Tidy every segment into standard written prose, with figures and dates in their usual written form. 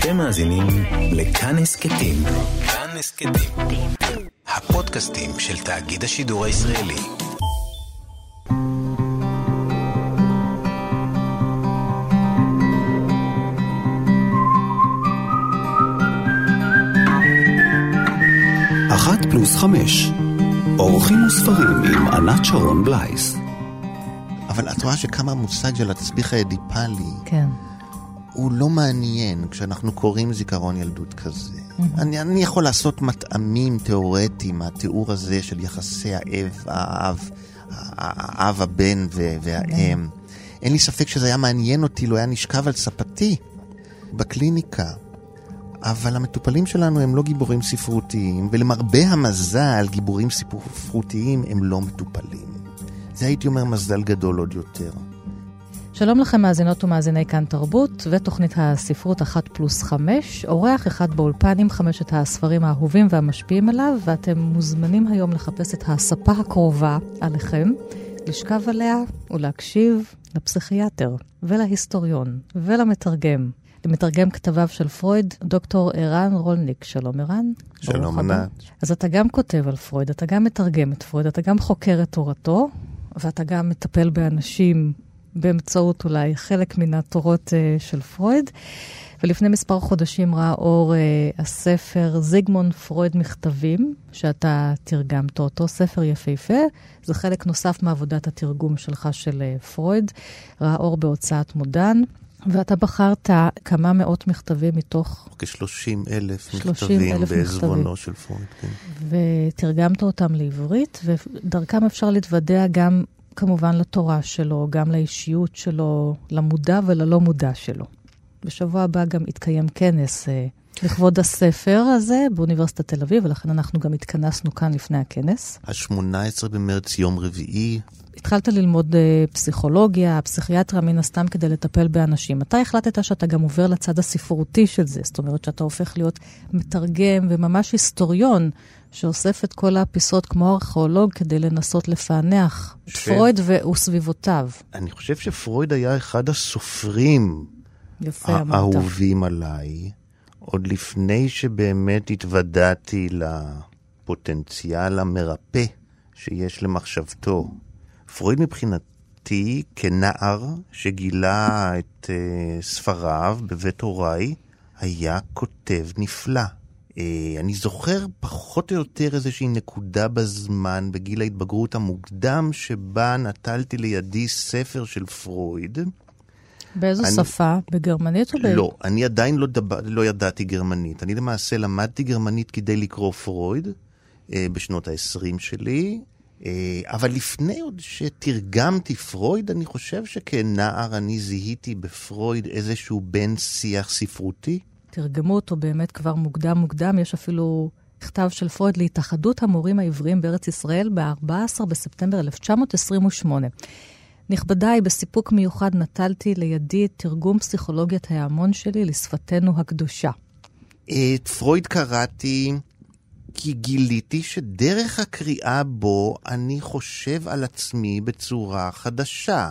אתם מאזינים לכאן הסכתים. כאן הסכתים. הפודקאסטים של תאגיד השידור הישראלי. אחת פלוס 5. אורחים וספרים עם ענת שרון בלייס. אבל את רואה שכמה המושג של התסביך האדיפלי, כן. הוא לא מעניין כשאנחנו קוראים זיכרון ילדות כזה. אני יכול לעשות מטעמים תיאורטיים, התיאור הזה של יחסי האב, הבן והאם. אין לי ספק שזה היה מעניין אותי, לא היה נשכב על ספתי בקליניקה. אבל המטופלים שלנו הם לא גיבורים ספרותיים, ולמרבה המזל, גיבורים ספרותיים הם לא מטופלים. זה הייתי אומר מזל גדול עוד יותר. שלום לכם מאזינות ומאזיני כאן תרבות, ותוכנית הספרות 1 פלוס 5, אורח אחד באולפן עם 5 הספרים האהובים והמשפיעים עליו, ואתם מוזמנים היום לחפש את הספה הקרובה עליכם, לשכב עליה ולהקשיב לפסיכיאטר ולהיסטוריון ולמתרגם. למתרגם כתביו של פרויד, דוקטור ערן רולניק. שלום ערן. שלום ענת. אז אתה גם כותב על פרויד, אתה גם מתרגם את פרויד, אתה גם חוקר את תורתו, ואתה גם מטפל באנשים באמצעות אולי חלק מן התורות של פרויד. ולפני מספר חודשים ראה אור הספר זיגמונד פרויד מכתבים, שאתה תרגמת אותו, ספר יפהפה. זה חלק נוסף מעבודת התרגום שלך של פרויד. ראה אור בהוצאת מודן. ואתה בחרת כמה מאות מכתבים מתוך... כ-30,000 מכתבים בעזבונו של פרויד. כן. ותרגמת אותם לעברית, ודרכם אפשר להתוודע גם כמובן לתורה שלו, גם לאישיות שלו, למודע וללא מודע שלו. בשבוע הבא גם התקיים כנס לכבוד הספר הזה באוניברסיטת תל אביב, ולכן אנחנו גם התכנסנו כאן לפני הכנס. ה-18 במרץ, יום רביעי. התחלת ללמוד פסיכולוגיה, פסיכיאטריה מן הסתם כדי לטפל באנשים. אתה החלטת שאתה גם עובר לצד הספרותי של זה, זאת אומרת שאתה הופך להיות מתרגם וממש היסטוריון שאוסף את כל הפיסות כמו ארכיאולוג כדי לנסות לפענח את פרויד וסביבותיו. אני חושב שפרויד היה אחד הסופרים האהובים עליי, עוד לפני שבאמת התוודעתי לפוטנציאל המרפא שיש למחשבתו. פרויד מבחינתי, כנער שגילה את ספריו בבית הוריי, היה כותב נפלא. אני זוכר פחות או יותר איזושהי נקודה בזמן, בגיל ההתבגרות המוקדם, שבה נטלתי לידי ספר של פרויד. באיזו שפה? בגרמנית או לא, אני עדיין לא ידעתי גרמנית. אני למעשה למדתי גרמנית כדי לקרוא פרויד בשנות ה-20 שלי, אבל לפני עוד שתרגמתי פרויד, אני חושב שכנער אני זיהיתי בפרויד איזשהו בן שיח ספרותי. תרגמו אותו באמת כבר מוקדם. יש אפילו כתב של פרויד להתאחדות המורים העבריים בארץ ישראל ב-14 בספטמבר 1928. נכבדיי, בסיפוק מיוחד נטלתי לידי את תרגום פסיכולוגיית ההמון שלי לשפתנו הקדושה. את פרויד קראתי כי גיליתי שדרך הקריאה בו אני חושב על עצמי בצורה חדשה.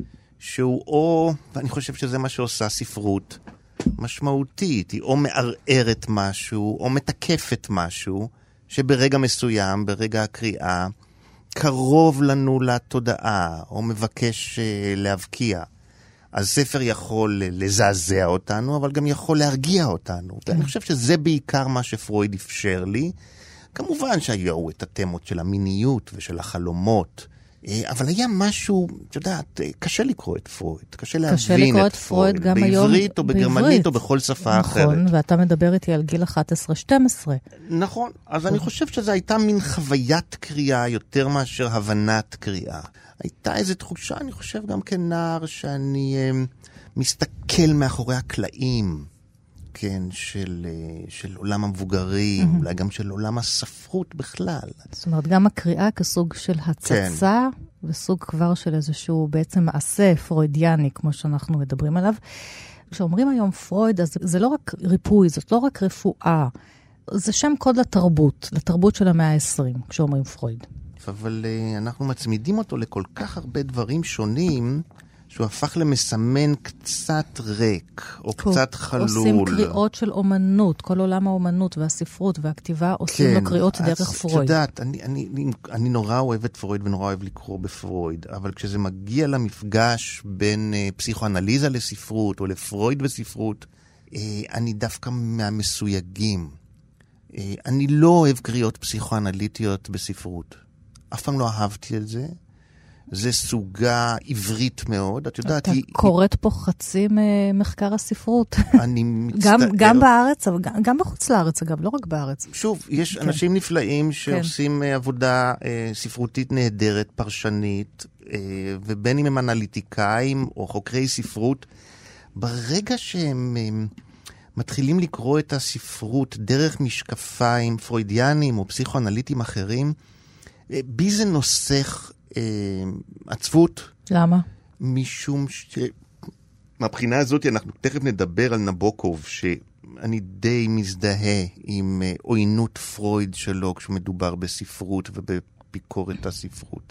שהוא ואני חושב שזה מה שעושה ספרות משמעותית, היא או מערערת משהו, או מתקפת משהו, שברגע מסוים, ברגע הקריאה, קרוב לנו לתודעה, או מבקש להבקיע. אז ספר יכול לזעזע אותנו, אבל גם יכול להרגיע אותנו. ואני חושב שזה בעיקר מה שפרויד אפשר לי. כמובן שהיו את התמות של המיניות ושל החלומות, אבל היה משהו, את יודעת, קשה לקרוא את פרויד, קשה להבין את פרויד, גם היום בעברית או בגרמנית או בכל שפה אחרת. נכון, ואתה מדבר איתי על גיל 11-12. נכון, אז אני חושב שזו הייתה מין חוויית קריאה יותר מאשר הבנת קריאה. הייתה איזו תחושה, אני חושב גם כנער, שאני מסתכל מאחורי הקלעים, כן, של עולם המבוגרים, אולי גם של עולם הספרות בכלל. זאת אומרת, גם הקריאה כסוג של הצצה, וסוג כבר של איזשהו בעצם מעשה פרוידיאני, כמו שאנחנו מדברים עליו. כשאומרים היום פרויד, אז זה לא רק ריפוי, זאת לא רק רפואה, זה שם קוד לתרבות של המאה ה-20, כשאומרים פרויד. אבל אנחנו מצמידים אותו לכל כך הרבה דברים שונים, שהוא הפך למסמן קצת ריק, או קצת חלול. עושים קריאות של אומנות, כל עולם האומנות והספרות והכתיבה עושים לו קריאות דרך פרויד. את יודעת, אני נורא אוהב את פרויד ונורא אוהב לקרוא בפרויד, אבל כשזה מגיע למפגש בין פסיכואנליזה לספרות, או לפרויד וספרות, אני דווקא מהמסויגים. אני לא אוהב קריאות פסיכואנליטיות בספרות. אף פעם לא אהבתי את זה. זה סוגה עברית מאוד. את יודעת, אתה קוראת פה חצי ממחקר הספרות. אני מצטער. גם בארץ, אבל גם בחוץ לארץ, אגב, לא רק בארץ. שוב, יש אנשים נפלאים שעושים עבודה ספרותית נהדרת, פרשנית, ובין אם הם אנליטיקאים או חוקרי ספרות, ברגע שהם מתחילים לקרוא את הספרות דרך משקפיים פרוידיאנים או פסיכואנליטים אחרים, בי זה נוסח עצבות. למה? משום מהבחינה הזאת אנחנו תכף נדבר על נבוקוב, שאני די מזדהה עם עוינות פרויד שלו כשמדובר בספרות ובביקורת הספרות.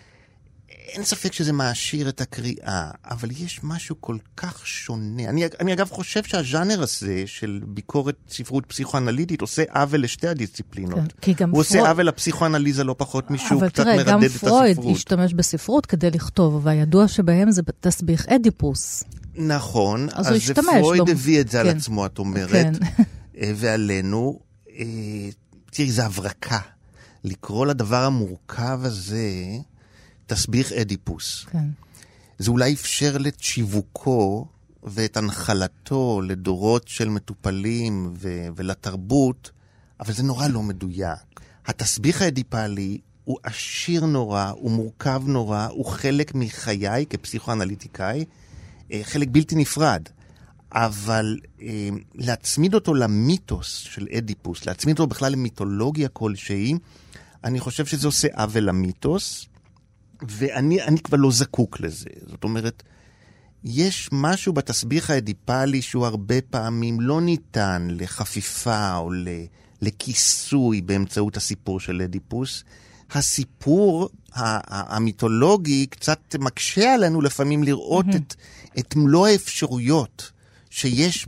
אין ספק שזה מעשיר את הקריאה, אבל יש משהו כל כך שונה. אני אגב חושב שהז'אנר הזה של ביקורת ספרות פסיכואנליטית עושה עוול לשתי הדיסציפלינות. כן, הוא עושה עוול לפסיכואנליזה לא פחות משהו קצת מרדד את הספרות. אבל תראה, גם פרויד השתמש בספרות כדי לכתוב, והידוע שבהם זה תסביך אדיפוס. נכון, אז זה פרויד הביא את זה על עצמו, את אומרת, ועלינו, תראי, זה הברקה. לקרוא לדבר המורכב הזה תסביך אדיפוס. כן. זה אולי אפשר לשיווקו ואת הנחלתו לדורות של מטופלים ולתרבות, אבל זה נורא לא מדויק. התסביך האדיפלי הוא עשיר נורא, הוא מורכב נורא, הוא חלק מחיי כפסיכואנליטיקאי, חלק בלתי נפרד. אבל להצמיד אותו למיתוס של אדיפוס, להצמיד אותו בכלל למיתולוגיה כלשהי, אני חושב שזה עושה עוול למיתוס, ואני כבר לא זקוק לזה. זאת אומרת, יש משהו בתסביך האדיפלי שהוא הרבה פעמים לא ניתן לחפיפה או לכיסוי באמצעות הסיפור של אדיפוס. הסיפור המיתולוגי קצת מקשה עלינו לפעמים לראות את מלוא האפשרויות שיש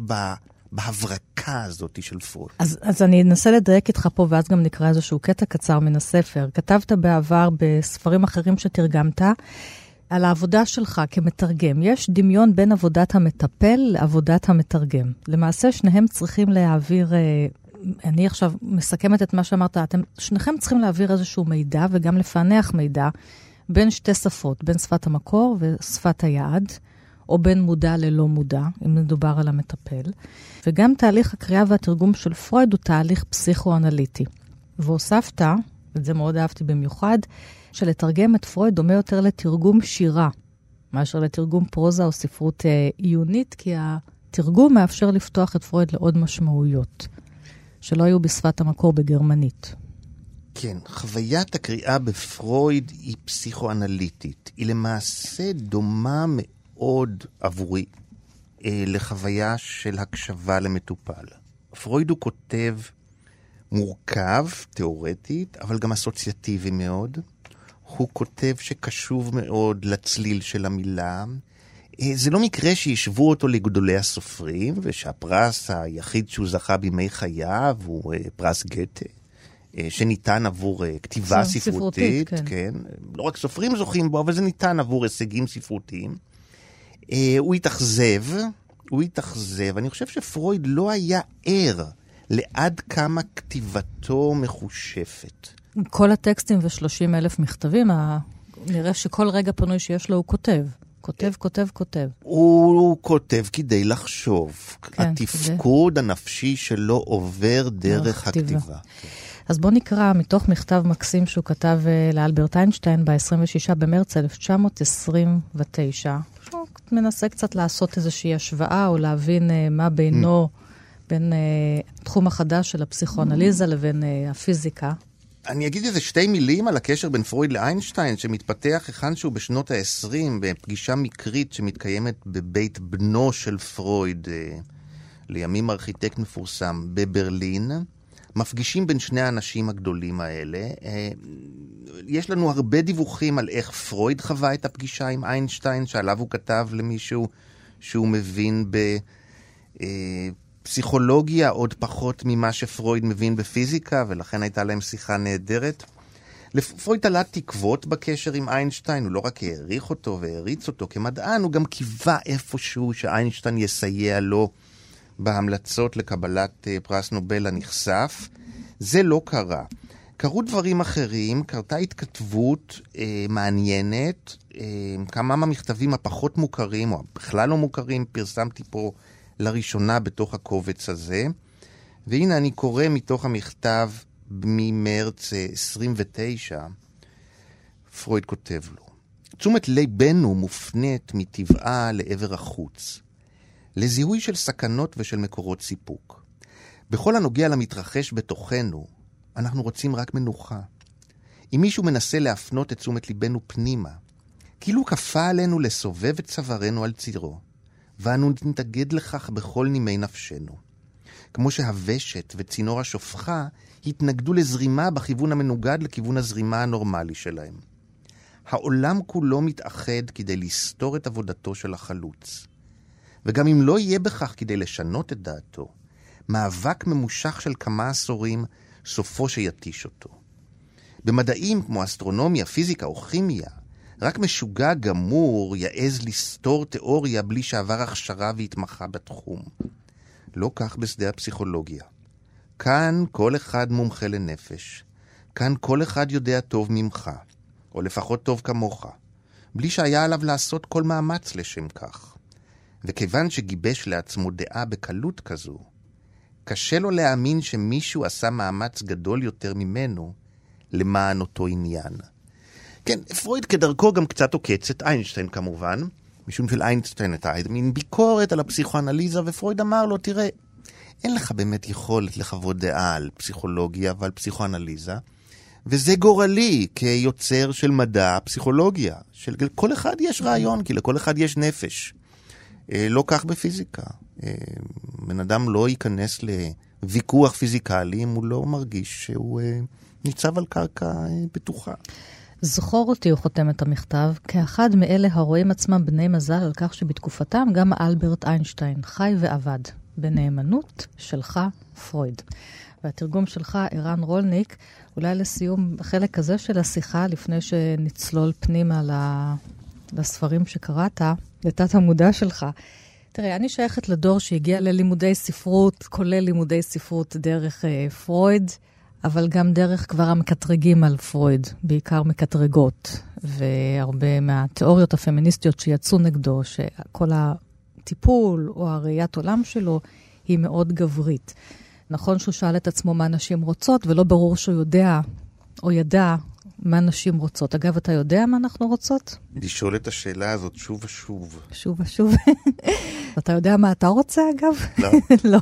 בהברקה הזאת של פרויד. אז אני אנסה לדייק איתך פה, ואז גם נקרא איזשהו קטע קצר מן הספר. כתבת בעבר בספרים אחרים שתרגמת, על העבודה שלך כמתרגם. יש דמיון בין עבודת המטפל לעבודת המתרגם. למעשה שניהם צריכים להעביר, אני עכשיו מסכמת את מה שאמרת, שניכם צריכים להעביר איזשהו מידע, וגם לפענח מידע, בין שתי שפות, בין שפת המקור ושפת היעד, או בין מודע ללא מודע, אם מדובר על המטפל. וגם תהליך הקריאה והתרגום של פרויד הוא תהליך פסיכואנליטי. והוספת, ואת זה מאוד אהבתי במיוחד, שלתרגם את פרויד דומה יותר לתרגום שירה, מאשר לתרגום פרוזה או ספרות עיונית, כי התרגום מאפשר לפתוח את פרויד לעוד משמעויות, שלא היו בשפת המקור בגרמנית. כן, חוויית הקריאה בפרויד היא פסיכואנליטית. היא למעשה דומה מאוד עבורי לחוויה של הקשבה למטופל. פרויד הוא כותב מורכב, תיאורטית, אבל גם אסוציאטיבי מאוד. הוא כותב שקשוב מאוד לצליל של המילה. זה לא מקרה שישבו אותו לגדולי הסופרים, ושהפרס היחיד שהוא זכה בימי חייו הוא פרס גתה, שניתן עבור כתיבה ספרותית. כן. לא רק סופרים זוכים בו, אבל זה ניתן עבור הישגים ספרותיים. הוא התאכזב. אני חושב שפרויד לא היה ער לעד כמה כתיבתו מחושפת. כל הטקסטים ו30,000 מכתבים, נראה שכל רגע פנוי שיש לו הוא כותב. כותב. הוא כותב כדי לחשוב. כן, התפקוד הנפשי שלו עובר דרך הכתיבה. אז בוא נקרא מתוך מכתב מקסים שהוא כתב לאלברט איינשטיין ב-26 במרץ 1929. שהוא מנסה קצת לעשות איזושהי השוואה או להבין מה בינו, בין תחום החדש של הפסיכואנליזה לבין הפיזיקה. אני אגיד איזה שתי מילים על הקשר בין פרויד לאיינשטיין, שמתפתח היכן שהוא בשנות ה-20, בפגישה מקרית שמתקיימת בבית בנו של פרויד, לימים ארכיטקט מפורסם, בברלין. מפגישים בין שני האנשים הגדולים האלה. יש לנו הרבה דיווחים על איך פרויד חווה את הפגישה עם איינשטיין, שעליו הוא כתב למישהו שהוא מבין בפסיכולוגיה עוד פחות ממה שפרויד מבין בפיזיקה, ולכן הייתה להם שיחה נהדרת. פרויד תלה תקוות בקשר עם איינשטיין, הוא לא רק העריך אותו והריץ אותו כמדען, הוא גם קיווה איפשהו שאיינשטיין יסייע לו בהמלצות לקבלת פרס נובל הנחשף. זה לא קרה. קרו דברים אחרים, קרתה התכתבות מעניינת, כמה מהמכתבים הפחות מוכרים, או בכלל לא מוכרים, פרסמתי פה לראשונה בתוך הקובץ הזה, והנה אני קורא מתוך המכתב ממרץ 29, פרויד כותב לו, תשומת ליבנו מופנית מטבעה לעבר החוץ, לזיהוי של סכנות ושל מקורות סיפוק. בכל הנוגע למתרחש בתוכנו, אנחנו רוצים רק מנוחה. אם מישהו מנסה להפנות את תשומת ליבנו פנימה, כאילו כפה עלינו לסובב את צווארנו על צירו, ואנו נתנגד לכך בכל נימי נפשנו. כמו שהוושט וצינור השופחה התנגדו לזרימה בכיוון המנוגד לכיוון הזרימה הנורמלי שלהם. העולם כולו מתאחד כדי לסתור את עבודתו של החלוץ. וגם אם לא יהיה בכך כדי לשנות את דעתו, מאבק ממושך של כמה עשורים סופו שיתיש אותו. במדעים כמו אסטרונומיה, פיזיקה או כימיה, רק משוגע גמור יעז לסתור תיאוריה בלי שעבר הכשרה והתמחה בתחום. לא כך בשדה הפסיכולוגיה. כאן כל אחד מומחה לנפש. כאן כל אחד יודע טוב ממך, או לפחות טוב כמוך, בלי שהיה עליו לעשות כל מאמץ לשם כך. וכיוון שגיבש לעצמו דעה בקלות כזו, קשה לו להאמין שמישהו עשה מאמץ גדול יותר ממנו למען אותו עניין. כן, פרויד כדרכו גם קצת עוקץ את איינשטיין כמובן, משום של איינשטיין הייתה מין ביקורת על הפסיכואנליזה, ופרויד אמר לו, תראה, אין לך באמת יכולת לחוות דעה על פסיכולוגיה ועל פסיכואנליזה, וזה גורלי כיוצר של מדע, פסיכולוגיה. כל אחד יש רעיון, כי לכל אחד יש נפש. לא כך בפיזיקה. בן אדם לא ייכנס לוויכוח פיזיקלי אם הוא לא מרגיש שהוא ניצב על קרקע בטוחה. זכור אותי, הוא חותם את המכתב, כאחד מאלה הרואים עצמם בני מזל על כך שבתקופתם גם אלברט איינשטיין חי ועבד בנאמנות שלך פרויד. והתרגום שלך, ערן רולניק, אולי לסיום החלק הזה של השיחה, לפני שנצלול פנימה לספרים שקראת, לתת המודע שלך. תראה, אני שייכת לדור שהגיע ללימודי ספרות, כולל לימודי ספרות דרך פרויד, אבל גם דרך כבר המקטרגים על פרויד, בעיקר מקטרגות, והרבה מהתיאוריות הפמיניסטיות שיצאו נגדו, שכל הטיפול או הראיית עולם שלו היא מאוד גברית. נכון שהוא שאל את עצמו מה נשים רוצות, ולא ברור שהוא יודע או ידע מה נשים רוצות. אגב, אתה יודע מה אנחנו רוצות? לשאול את השאלה הזאת שוב ושוב. שוב ושוב. אתה יודע מה אתה רוצה, אגב? לא. לא.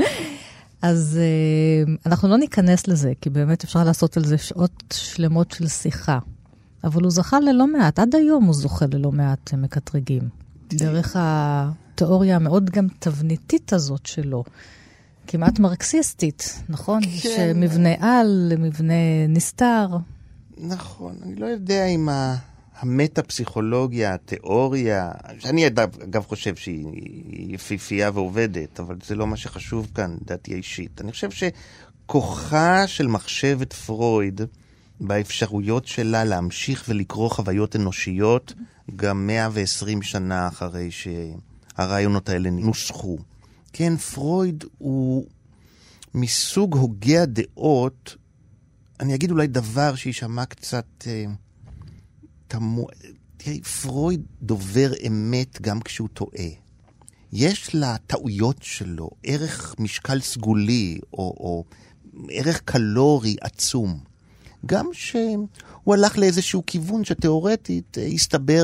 אז אנחנו לא ניכנס לזה, כי באמת אפשר לעשות על זה שעות שלמות של שיחה. אבל הוא זכה ללא מעט, עד היום הוא זוכה ללא מעט מקטרגים. דרך התיאוריה המאוד גם תבניתית הזאת שלו. כמעט מרקסיסטית, נכון? כן. שמבנה על למבנה נסתר. נכון, אני לא יודע אם המטה-פסיכולוגיה, התיאוריה, שאני אגב חושב שהיא יפיפייה ועובדת, אבל זה לא מה שחשוב כאן, דעתי האישית. אני חושב שכוחה של מחשבת פרויד, באפשרויות שלה להמשיך ולקרוא חוויות אנושיות, גם 120 שנה אחרי שהרעיונות האלה נוסחו. כן, פרויד הוא מסוג הוגה הדעות, אני אגיד אולי דבר שישמע קצת תמוה. תראי, פרויד דובר אמת גם כשהוא טועה. יש לטעויות שלו ערך משקל סגולי או ערך קלורי עצום. גם שהוא הלך לאיזשהו כיוון שתיאורטית הסתבר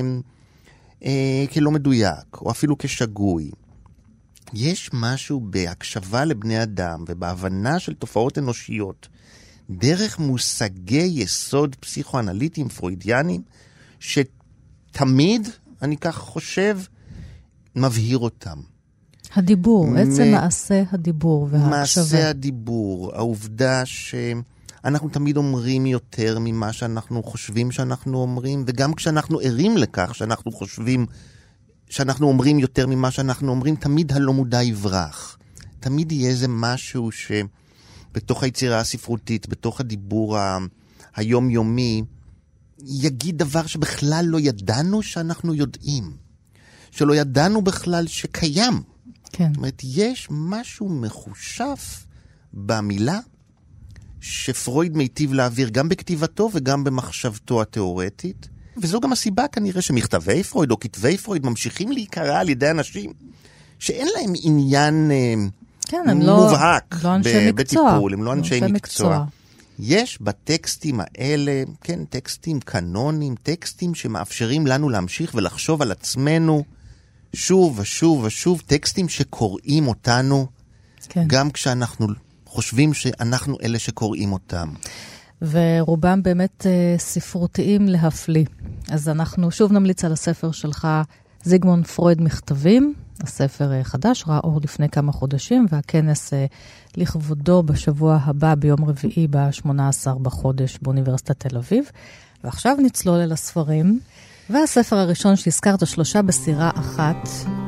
כלא מדויק, או אפילו כשגוי. יש משהו בהקשבה לבני אדם ובהבנה של תופעות אנושיות, דרך מושגי יסוד פסיכואנליטיים פרוידיאנים, שתמיד, אני כך חושב, מבהיר אותם. הדיבור, עצם מעשה הדיבור וההקשבה. מעשה הדיבור, העובדה שאנחנו תמיד אומרים יותר ממה שאנחנו חושבים שאנחנו אומרים, וגם כשאנחנו ערים לכך שאנחנו חושבים שאנחנו אומרים יותר ממה שאנחנו אומרים, תמיד הלא מודע יברח. תמיד יהיה איזה משהו שבתוך היצירה הספרותית, בתוך הדיבור היומיומי, יגיד דבר שבכלל לא ידענו שאנחנו יודעים. שלא ידענו בכלל שקיים. כן. זאת אומרת, יש משהו מחושף במילה שפרויד מיטיב להעביר גם בכתיבתו וגם במחשבתו התיאורטית. וזו גם הסיבה כנראה שמכתבי פרויד או כתבי פרויד ממשיכים להיקרא על ידי אנשים שאין להם עניין כן, הם מובהק לא אנשי בטיפול, הם לא אנשי מקצוע. יש בטקסטים האלה, כן, טקסטים קנונים, טקסטים שמאפשרים לנו להמשיך ולחשוב על עצמנו שוב ושוב ושוב, טקסטים שקוראים אותנו, כן. גם כשאנחנו חושבים שאנחנו אלה שקוראים אותם. ורובם באמת ספרותיים להפליא. אז אנחנו שוב נמליץ על הספר שלך, זיגמונד פרויד מכתבים, הספר חדש, ראה אור לפני כמה חודשים, והכנס לכבודו בשבוע הבא ביום רביעי ב-18 בחודש באוניברסיטת תל אביב. ועכשיו נצלול אל הספרים, והספר הראשון שהזכרת, 3 בסירה אחת,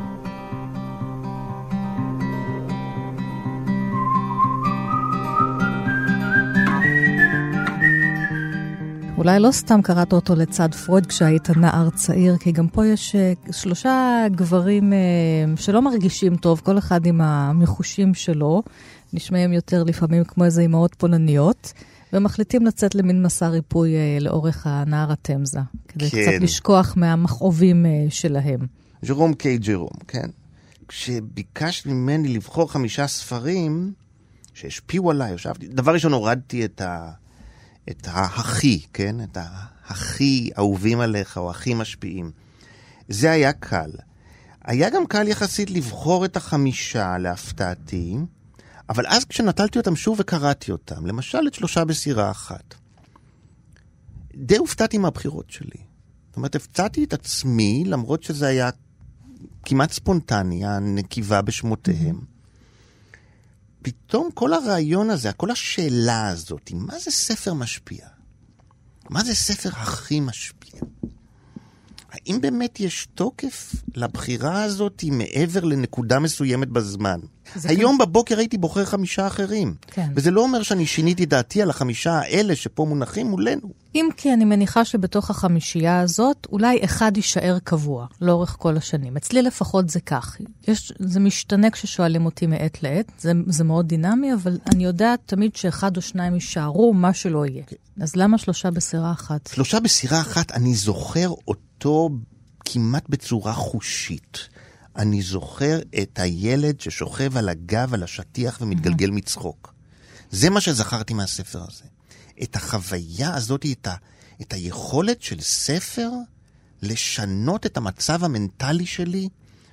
אולי לא סתם קראת אותו לצד פרויד כשהיית נער צעיר, כי גם פה יש 3 גברים שלא מרגישים טוב, כל אחד עם המחושים שלו, נשמעים יותר לפעמים כמו איזה אמהות פולניות, ומחליטים לצאת למין מסע ריפוי לאורך הנהר התמזה, כדי כן. קצת לשכוח מהמכאובים שלהם. ז'רום קיי ג'רום, כן. כשביקשת ממני לבחור 5 ספרים שהשפיעו עליי, ישבתי, דבר ראשון הורדתי את הכי, כן? את הכי אהובים עליך, או הכי משפיעים. זה היה קל. היה גם קל יחסית לבחור את 5 להפתעתי, אבל אז כשנטלתי אותם שוב וקראתי אותם, למשל את 3 בסירה אחת, די הופתעתי מהבחירות שלי. זאת אומרת, הפתעתי את עצמי, למרות שזה היה כמעט ספונטני, הנקיבה בשמותיהם. פתאום כל הרעיון הזה, כל השאלה הזאת, מה זה ספר משפיע? מה זה ספר הכי משפיע? האם באמת יש תוקף לבחירה הזאת מעבר לנקודה מסוימת בזמן? היום בבוקר הייתי בוחר 5 אחרים. כן. וזה לא אומר שאני שיניתי דעתי על 5 האלה שפה מונחים מולנו. אם כי אני מניחה שבתוך 5 הזאת, אולי אחד יישאר קבוע, לאורך כל השנים. אצלי לפחות זה כך. זה משתנה כששואלים אותי מעת לעת, זה מאוד דינמי, אבל אני יודעת תמיד שאחד או 2 יישארו, מה שלא יהיה. כן. אז למה 3 בסירה אחת? 3 בסירה אחת, אני זוכר אותו כמעט בצורה חושית. אני זוכר את הילד ששוכב על הגב, על השטיח ומתגלגל מצחוק. זה מה שזכרתי מהספר הזה. את החוויה הזאת, את היכולת של ספר לשנות את המצב המנטלי שלי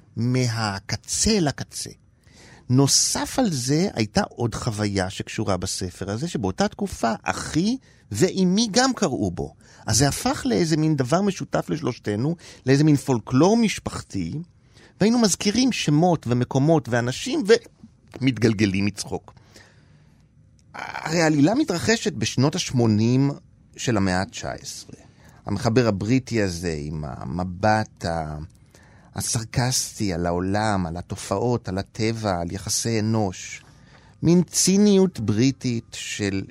מהקצה אל הקצה. נוסף על זה הייתה עוד חוויה שקשורה בספר הזה, שבאותה תקופה אחי ואימי גם קראו בו. אז זה הפך לאיזה מין דבר משותף לשלושתנו, לאיזה מין פולקלור משפחתי, והיינו מזכירים שמות ומקומות ואנשים ומתגלגלים מצחוק. הרי העלילה מתרחשת בשנות ה-80 של המאה ה-19. המחבר הבריטי הזה עם המבט הסרקסטי על העולם, על התופעות, על הטבע, על יחסי אנוש. מין ציניות בריטית של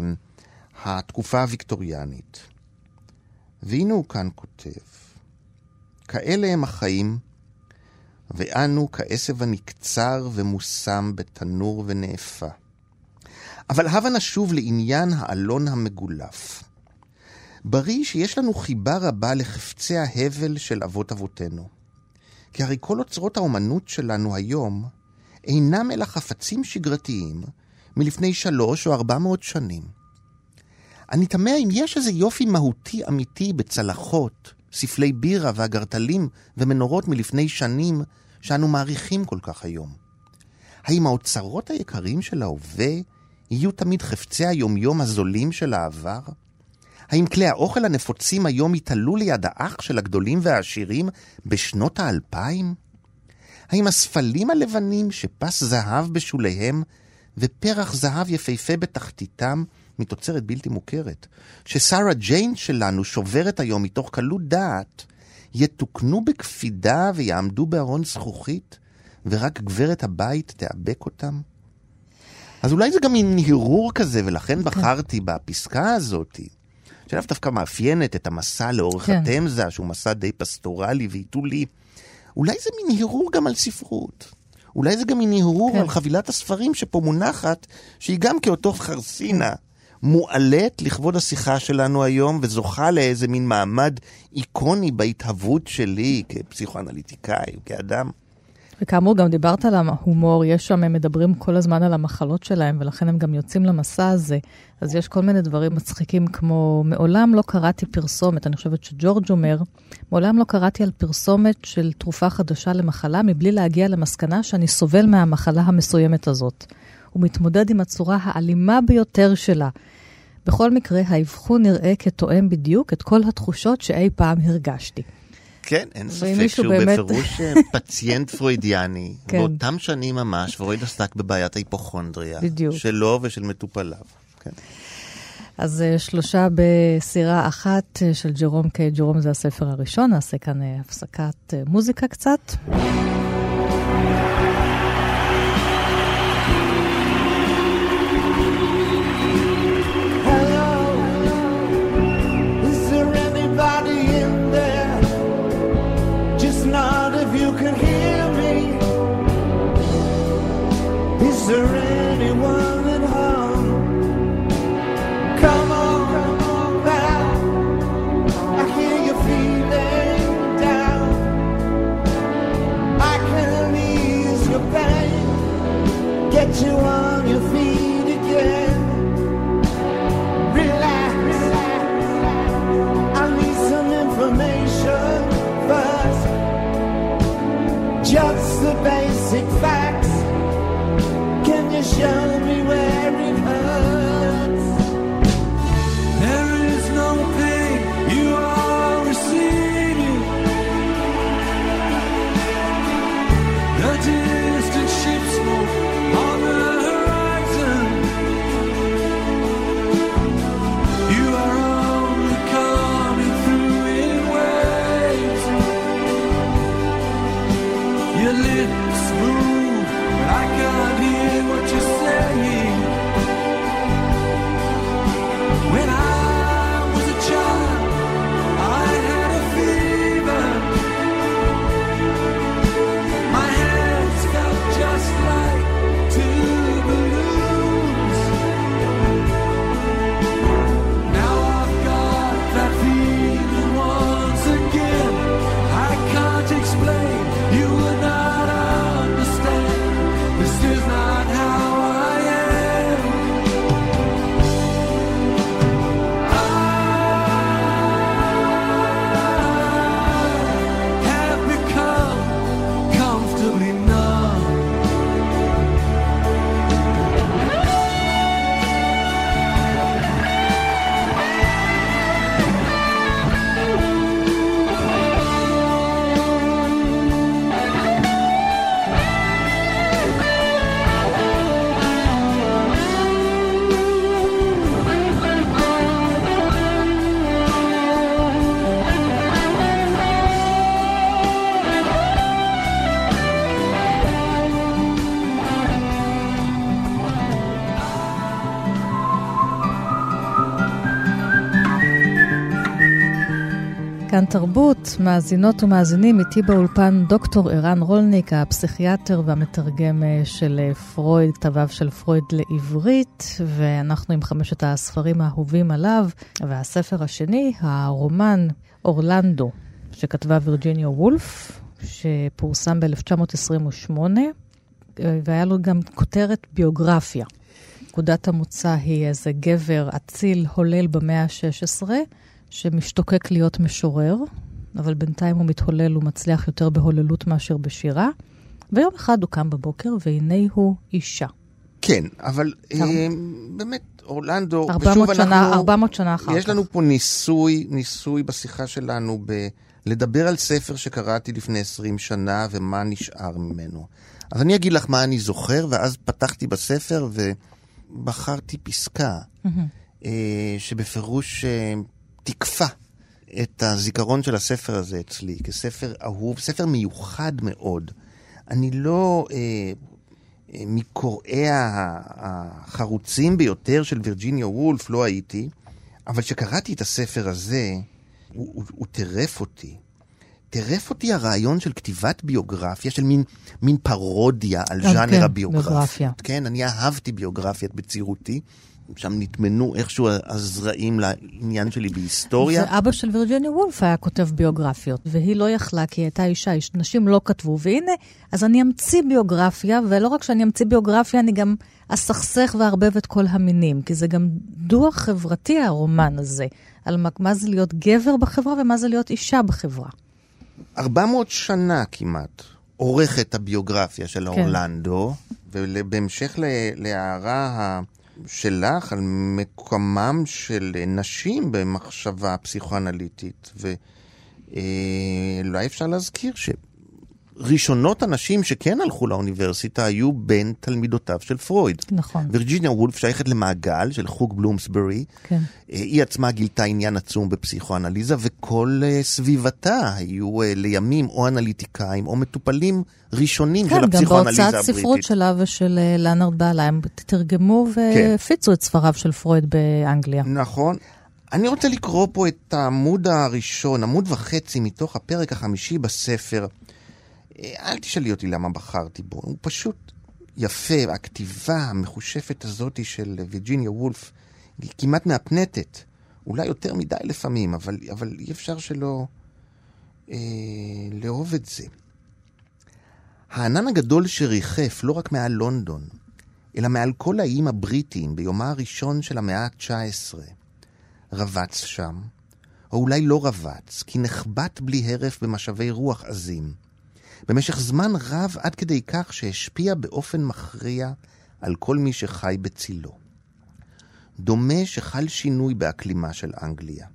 התקופה הוויקטוריאנית. והנה הוא כאן כותב, כאלה הם החיים, ואנו כעשב הנקצר ומוסם בתנור ונאפה. אבל הבה נשוב לעניין האלון המגולף. בריא שיש לנו חיבה רבה לחפצי ההבל של אבות אבותינו. כי הרי כל אוצרות האומנות שלנו היום אינם אלא חפצים שגרתיים מלפני 300 או 400 שנים. אני תמה אם יש איזה יופי מהותי אמיתי בצלחות, ספלי בירה והגרטלים ומנורות מלפני שנים שאנו מעריכים כל כך היום. האם האוצרות היקרים של ההווה יהיו תמיד חפצי היומיום הזולים של העבר? האם כלי האוכל הנפוצים היום יתעלו ליד האח של הגדולים והעשירים בשנות ה-2000? האם הספלים הלבנים שפס זהב בשוליהם ופרח זהב יפהפה בתחתיתם מתוצרת בלתי מוכרת, שסרה ג'יין שלנו שוברת היום מתוך קלות דעת, יתוקנו בקפידה ויעמדו בארון זכוכית, ורק גברת הבית תאבק אותם? אז אולי זה גם מין הרהור כזה, ולכן בחרתי בפסקה הזאת, שלאו דווקא מאפיינת את המסע לאורך התמזה, שהוא מסע די פסטורלי ואיתולי. אולי זה מין הרהור גם על ספרות. אולי זה גם מין הרהור על חבילת הספרים שפה מונחת, שהיא גם כאותו חרסינה מועלת לכבוד השיחה שלנו היום, וזוכה לאיזה מין מעמד איקוני בהתהוות שלי כפסיכואנליטיקאי וכאדם. וכאמור, גם דיברת על ההומור, יש שם, הם מדברים כל הזמן על המחלות שלהם, ולכן הם גם יוצאים למסע הזה. אז יש כל מיני דברים מצחיקים, כמו, מעולם לא קראתי פרסומת, אני חושבת שג'ורג' אומר, מעולם לא קראתי על פרסומת של תרופה חדשה למחלה, מבלי להגיע למסקנה שאני סובל מהמחלה המסוימת הזאת. הוא מתמודד עם הצורה האלימה ביותר שלה. בכל מקרה, האבחון נראה כתואם בדיוק את כל התחושות שאי פעם הרגשתי. כן, אין ספק שהוא בפירוש פציינט פרוידיאני. באותם שנים ממש, פרויד עסק בבעיית ההיפוכונדריה. שלו ושל מטופליו. אז 3 בסירה אחת של ג'רום קיי. ג'רום זה הספר הראשון. נעשה כאן הפסקת מוזיקה קצת. Is there anyone at home? Come on now, I hear you feeling down. I can ease your pain, get you on your feet again. Relax, I need some information first, just the basic facts. Can you show me where it hurts? There is no pain you are receiving. The distant ships move on the horizon. You are only coming through in waves. Your lips move, but I can't hear what you're saying. When I was a child, I had a fever. My hands felt just like 2 balloons. Now I've got that feeling once again. I can't explain, you would not understand. This is not how I am. I have become comfortably numb. כאן תרבות, מאזינות ומאזינים, איתי באולפן דוקטור ערן רולניק, הפסיכיאטר והמתרגם של פרויד, כתביו של פרויד לעברית, ואנחנו עם 5 הספרים האהובים עליו, והספר השני, הרומן אורלנדו, שכתבה וירג'יניה וולף, שפורסם ב-1928, והיה לו גם כותרת ביוגרפיה. נקודת המוצא היא איזה גבר אציל הולל במאה ה-16, שמשתוקק להיות משורר, אבל בינתיים הוא מתהולל, הוא מצליח יותר בהוללות מאשר בשירה, ויום אחד הוא קם בבוקר, והנה הוא אישה. כן, אבל באמת, אורלנדו, 400 שנה אחר כך. יש לנו פה ניסוי בשיחה שלנו לדבר על ספר שקראתי לפני 20 שנה ומה נשאר ממנו. אז אני אגיד לך מה אני זוכר, ואז פתחתי בספר ובחרתי פסקה שבפירוש תקפה את הזיכרון של הספר הזה אצלי, כספר אהוב, ספר מיוחד מאוד. אני לא מקוראי החרוצים ביותר של וירג'יניה וולף, לא הייתי, אבל שקראתי את הספר הזה, הוא טרף אותי. טרף אותי הרעיון של כתיבת ביוגרפיה, של מין פרודיה על ז'אנר הביוגרפיה. כן, אני אהבתי ביוגרפיית בצעירותי, שם נתמנו איכשהו הזרעים לעניין שלי בהיסטוריה. ואבא של וירג'יניה וולף היה כותב ביוגרפיות, והיא לא יכלה, כי היא הייתה אישה, נשים לא כתבו, והנה, אז אני אמציא ביוגרפיה, ולא רק שאני אמציא ביוגרפיה, אני גם אסכסך והרבב את כל המינים, כי זה גם דוח חברתי הרומן הזה, על מה זה להיות גבר בחברה, ומה זה להיות אישה בחברה. 400 שנה כמעט עורכת הביוגרפיה של אורלנדו, ובהמשך להערה שלך על מקומם של נשים במחשבה פסיכואנליטית, ואולי אפשר להזכיר שראשונות הנשים שכן הלכו לאוניברסיטה היו בין תלמידותיו של פרויד. נכון. וירג'יניה וולף שייכת למעגל של חוג בלומסברי. כן. היא עצמה גילתה עניין עצום בפסיכואנליזה, וכל סביבתה היו לימים או אנליטיקאים או מטופלים ראשונים של הפסיכואנליזה הבריטית. כן, גם בהוצאת ספרות שלה ושל לנרד בעלה, הם תרגמו והפיצו את ספריו של פרויד באנגליה. נכון. אני רוצה לקרוא פה את העמוד הראשון, עמוד וחצי מתוך הפרק החמישי בספר. אל תשאלי אותי למה בחרתי בו, הוא פשוט יפה, הכתיבה המחושפת הזאת של וירג'יניה וולף היא כמעט מהפנטת, אולי יותר מדי לפעמים, אבל אי אפשר שלא לאהוב את זה. הענן הגדול שריחף לא רק מעל לונדון, אלא מעל כל האיים הבריטיים ביומה הראשון של המאה ה-19, רבץ שם, או אולי לא רבץ, כי נחבט בלי הרף במשאבי רוח עזים, במשך זמן רב עד כדי כך שהשפיע באופן מכריע על כל מי שחי בצילו. דומה שחל שינוי באקלימה של אנגליה.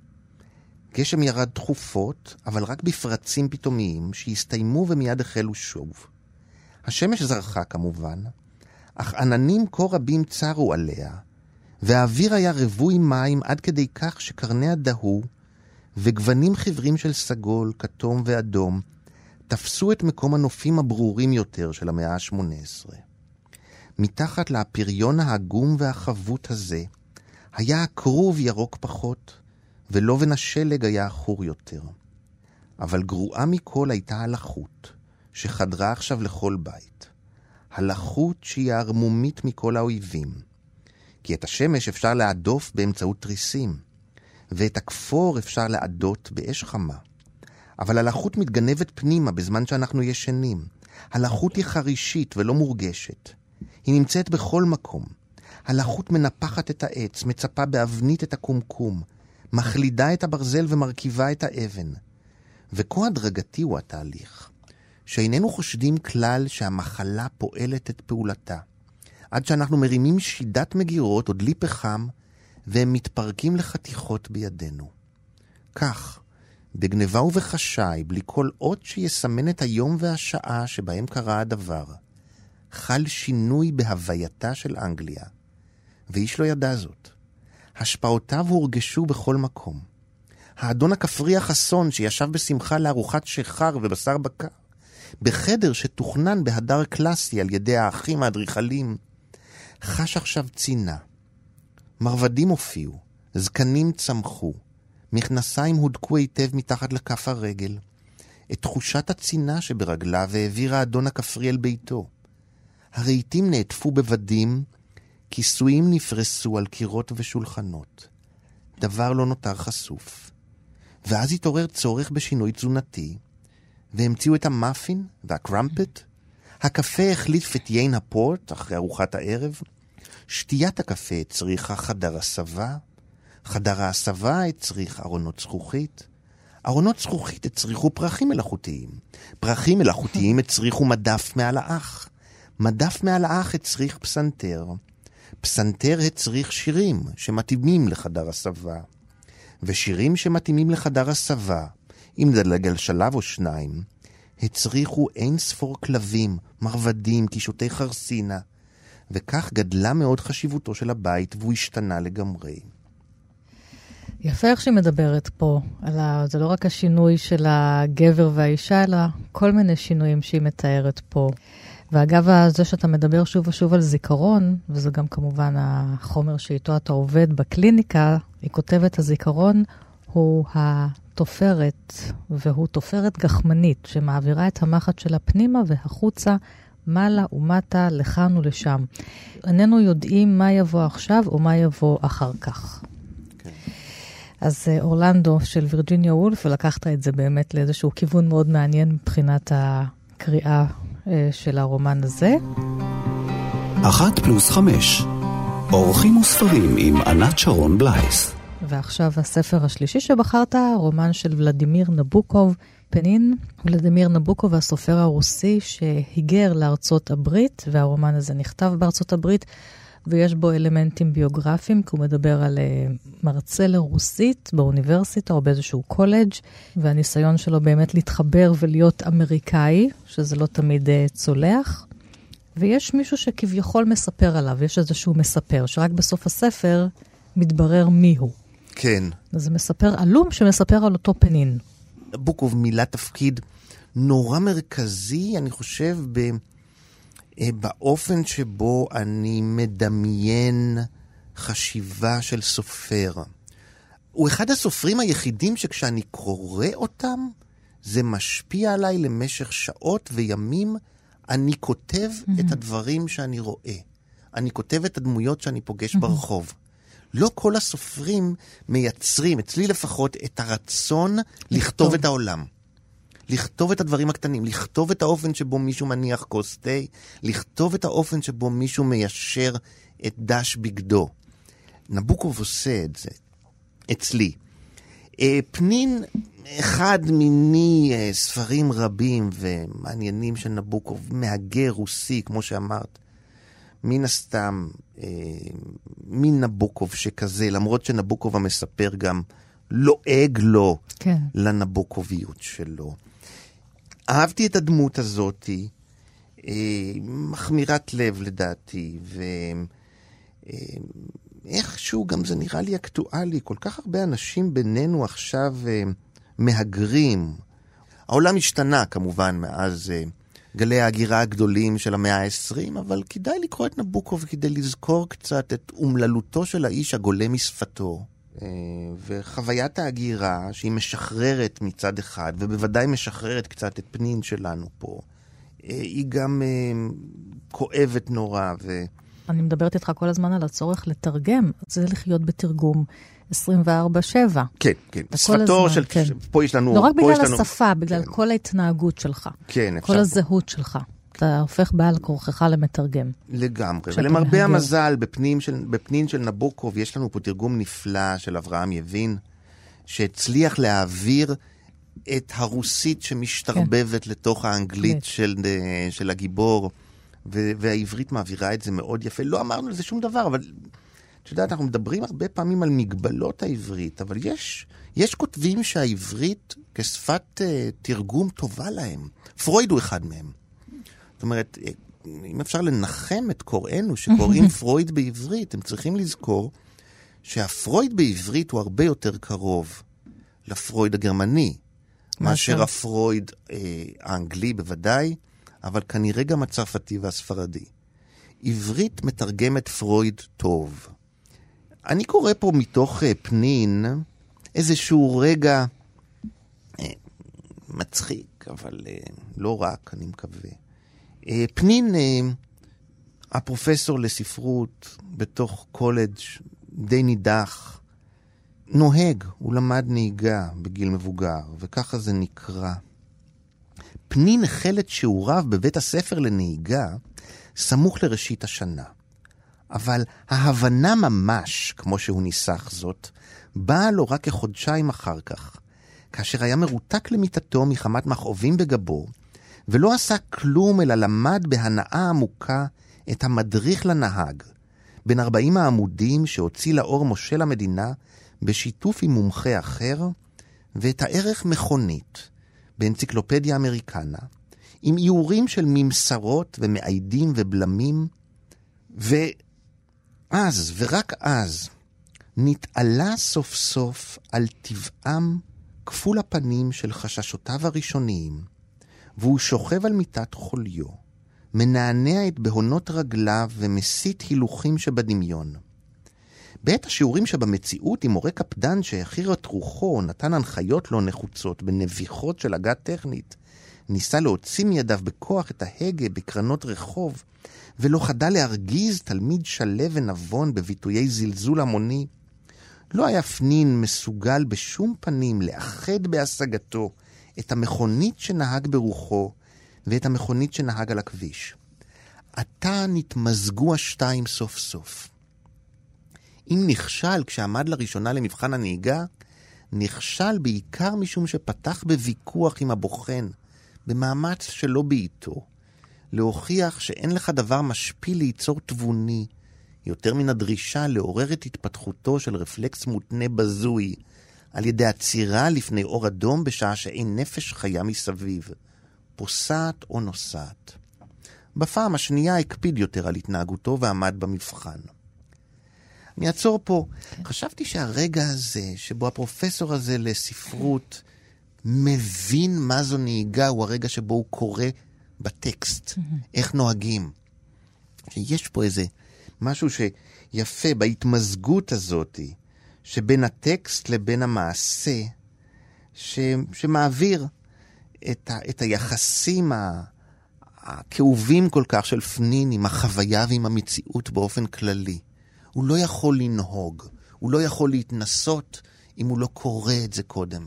גשם ירד תכופות, אבל רק בפרצים פתאומיים שהסתיימו ומיד החלו שוב. השמש זרחה כמובן, אך עננים כה רבים צרו עליה, והאוויר היה רווי מים עד כדי כך שקרניה דהו, וגוונים חיוורים של סגול, כתום ואדום, תפסו את מקום הנופים הברורים יותר של המאה ה-18. מתחת לפריון העגום והחבוט הזה, היה הכרוב ירוק פחות, ולובן השלג היה אחור יותר. אבל גרועה מכל הייתה הלחות, שחדרה עכשיו לכל בית. הלחות שהיא הערמומית מכל האויבים. כי את השמש אפשר לעדוף באמצעות תריסים, ואת הכפור אפשר לעדות באש חמה. אבל הלחות מתגנבת פנימה בזמן שאנחנו ישנים. הלחות היא חרישית ולא מורגשת. היא נמצאת בכל מקום. הלחות מנפחת את העץ, מצפה באבנית את הקומקום, מחלידה את הברזל ומרכיבה את האבן. וכה הדרגתי הוא התהליך, שאיננו חושדים כלל שהמחלה פועלת את פעולתה, עד שאנחנו מרימים שידת מגירות או דלי פחם, והם מתפרקים לחתיכות בידינו. כך, בגנבה ובחשאי, בלי כל אות שיסמן את היום והשעה שבהם קרה הדבר, חל שינוי בהווייתה של אנגליה, ואיש לא ידע זאת. השפעותיו הורגשו בכל מקום. האדון הכפרי החסון שישב בשמחה לארוחת שחר ובשר בקר, בחדר שתוכנן בהדר קלאסי על ידי האחים האדריכלים, חש עכשיו צינה. מרבדים הופיעו, זקנים צמחו, מכנסיים הודקו היטב מתחת לכף הרגל. את תחושת הצינה שברגלה והעביר האדון הכפרי אל ביתו. הרהיטים נעטפו בבדים, כיסויים נפרסו על קירות ושולחנות. דבר לא נותר חשוף. ואז התעורר צורך בשינוי תזונתי, והמציאו את המאפין והקרמפט. הקפה החליף את יין הפורט אחרי ארוחת הערב. שתיית הקפה הצריכה חדר הסבה. חדר ההסבה הצריך ארונות זכוכית. ארונות זכוכית הצריכו פרחים מלאכותיים. פרחים מלאכותיים הצריכו מדף מעל האח. מדף מעל האח הצריך פסנתר. פסנתר הצריך שירים שמתאימים לחדר הסבה. ושירים שמתאימים לחדר הסבה אם נדלג על שלב או שניים, הצריכו אין ספור כלבים, מרבדים, קישוטי חרסינה, וכך גדלה מאוד חשיבותו של הבית, והוא השתנה לגמרי. יפה איך שהיא מדברת פה, זה לא רק השינוי של הגבר והאישה, אלא כל מיני שינויים שהיא מתארת פה. ואגב, זה שאתה מדבר שוב ושוב על זיכרון, וזה גם כמובן החומר שאיתו אתה עובד בקליניקה, היא כותבת, הזיכרון הוא התופרת, והוא תופרת גחמנית, שמעבירה את המחט שלה פנימה והחוצה, מעלה ומטה, לכאן ולשם. איננו יודעים מה יבוא עכשיו או מה יבוא אחר כך. אז אורלנדו של וירג'יניה וולף, ולקחת את זה באמת לאיזשהו כיוון מאוד מעניין מבחינת הקריאה של הרומן הזה. 1+5 אורחים וספרים עם ענת שרון בלייס. ועכשיו הספר השלישי שבחרת, רומן של ולדימיר נבוקוב, פנין. ולדימיר נבוקוב הסופר הרוסי שהיגר לארצות הברית, והרומן הזה נכתב בארצות הברית, ויש בו אלמנטים ביוגרפיים, כי הוא מדבר על מרצה לרוסית באוניברסיטה או באיזשהו קולג', והניסיון שלו באמת להתחבר ולהיות אמריקאי, שזה לא תמיד צולח. ויש מישהו שכביכול מספר עליו, יש איזשהו מספר, שרק בסוף הספר מתברר מיהו. כן. אז זה מספר עלום שמספר על אותו פנין. נבוקוב מילא תפקיד נורא מרכזי, אני חושב, באופן שבו אני מדמיין חשיבה של סופר. הוא אחד הסופרים היחידים שכשאני קורא אותם, זה משפיע עליי למשך שעות וימים. אני כותב את הדברים שאני רואה. אני כותב את הדמויות שאני פוגש ברחוב. לא כל הסופרים מייצרים, אצלי לפחות, את הרצון לכתוב את העולם. לכתוב את הדברים הקטנים, לכתוב את האופן שבו מישהו מניח כוס תה, לכתוב את האופן שבו מישהו מיישר את דש בגדו. נבוקוב עושה את זה, אצלי. פנין, אחד מיני ספרים רבים ומעניינים של נבוקוב, מהגר רוסי, כמו שאמרת, מן הסתם, מין נבוקוב שכזה, למרות שנבוקוב המספר גם לועג לו לנבוקוביות שלו. אהבתי את הדמות הזאת, מחמירת לב לדעתי, ואיכשהו גם זה נראה לי אקטואלי. כל כך הרבה אנשים בינינו עכשיו מהגרים. העולם השתנה כמובן מאז גלי ההגירה הגדולים של המאה ה-20, אבל כדאי לקרוא את נבוקוב כדי לזכור קצת את אומללותו של האיש הגולה משפתו. וחוויית ההגירה שהיא משחררת מצד אחד, ובוודאי משחררת קצת את פנין שלנו פה, היא גם כואבת נורא. אני מדברת איתך כל הזמן על הצורך לתרגם, זה לחיות בתרגום 24/7. כן, כן. שפתו של... כן. פה יש לנו... לא רק בגלל השפה, בגלל כל ההתנהגות שלך. כן, כל הזהות שלך. אתה הופך בעל כורכך למתרגם. לגמרי. ולמרבה המזל, בפנין של נבוקוב, יש לנו פה תרגום נפלא של אברהם יבין, שהצליח להעביר את הרוסית שמשתרבבת לתוך האנגלית של הגיבור, והעברית מעבירה את זה מאוד יפה. לא אמרנו לזה שום דבר, אבל את יודעת, אנחנו מדברים הרבה פעמים על מגבלות העברית, אבל יש כותבים שהעברית כשפת תרגום טובה להם. פרויד הוא אחד מהם. זאת אומרת, אם אפשר לנחם את קוראינו שקוראים פרויד בעברית, הם צריכים לזכור שהפרויד בעברית הוא הרבה יותר קרוב לפרויד הגרמני, מאשר הפרויד האנגלי בוודאי, אבל כנראה גם הצרפתי והספרדי. עברית מתרגמת פרויד טוב. אני קורא פה מתוך פנין איזשהו רגע מצחיק, אבל לא רק, אני מקווה. פנין, הפרופסור לספרות בתוך קולג' די נידח, נוהג, הוא למד נהיגה בגיל מבוגר, וככה זה נקרא. פנין החל את שיעוריו בבית הספר לנהיגה סמוך לראשית השנה. אבל ההבנה ממש, כמו שהוא ניסח זאת, באה לו רק כחודשיים אחר כך, כאשר היה מרותק למיטתו מחמת מכאובים בגבו, ולא עשה כלום אלא למד בהנאה עמוקה את המדריך לנהג, בין 40 העמודים שהוציא לאור מושל המדינה בשיתוף עם מומחה אחר, ואת הערך מכונית באנציקלופדיה אמריקנה, עם איורים של ממסרות ומעידים ובלמים, ואז, ורק אז, נתעלה סוף סוף על טבעם כפול הפנים של חששותיו הראשוניים, והוא שוכב על מיטת חוליו, מנענע את בהונות רגליו ומסית הילוכים שבדמיון. בעת השיעורים שבמציאות עם מורה קפדן שהחיר את רוחו, נתן הנחיות לא נחוצות בנביחות של הגה טכנית, ניסה להוציא מידיו בכוח את ההגה בקרנות רחוב, ולא חדל להרגיז תלמיד שלב ונבון בביטויי זלזול המוני, לא היה פנין מסוגל בשום פנים לאחד בהשגתו את המכונית שנהג ברוחו ואת המכונית שנהג על הכביש. עתה נתמזגו השתיים סוף סוף. אם נכשל כשעמד לראשונה למבחן הנהיגה, נכשל בעיקר משום שפתח בוויכוח עם הבוחן, במאמץ שלא בעיתו, להוכיח שאין לך דבר משפיל ליצור תבוני, יותר מן הדרישה לעורר את התפתחותו של רפלקס מותנה בזוי, על ידי עצירה לפני אור אדום בשעה שאין נפש חיה מסביב, פוסעת או נוסעת. בפעם השנייה הקפיד יותר על התנהגותו ועמד במבחן. אני אעצור פה. חשבתי שהרגע הזה, שבו הפרופסור הזה לספרות מבין מה זו נהיגה, הוא הרגע שבו הוא קורא בטקסט, איך נוהגים. שיש פה איזה משהו שיפה בהתמזגות הזאת, שבין הטקסט לבין המעשה, שמעביר את היחסים הכאובים כל כך של פנין עם החוויה ועם המציאות באופן כללי. הוא לא יכול לנהוג, הוא לא יכול להתנסות אם הוא לא קורא את זה קודם.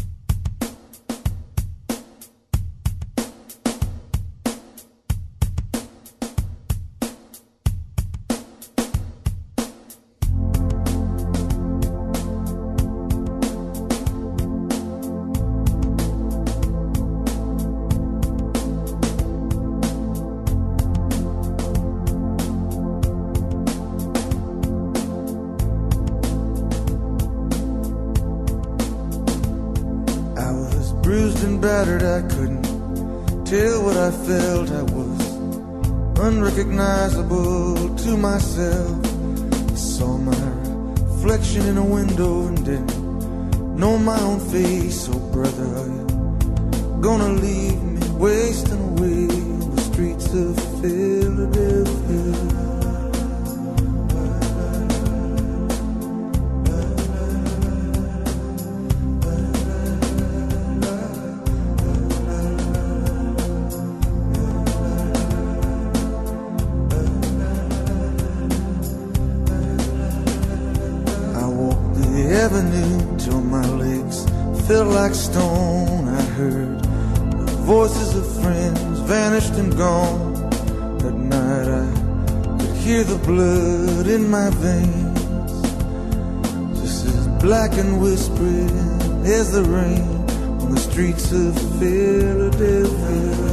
Battered, I couldn't tell what I felt. I was unrecognizable to myself. I saw my reflection in a window and didn't know my own face. Oh brother, are you gonna leave me wasting away in the streets of Philadelphia? Till my legs felt like stone. I heard the voices of friends vanished and gone. At night I could hear the blood in my veins, just as black and whispering as the rain on the streets of Philadelphia.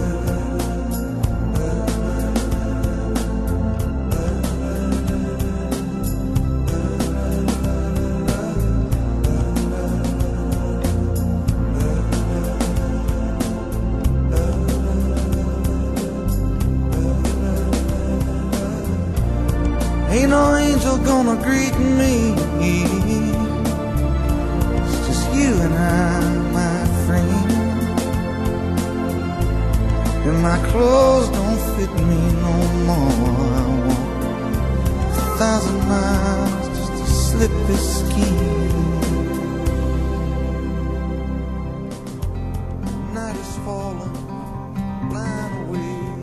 Ain't no angel gonna greet me. It's just you and I, my friend. And my clothes don't fit me no more. I walk 1,000 miles just to slip this skin. The night is falling, blind awake.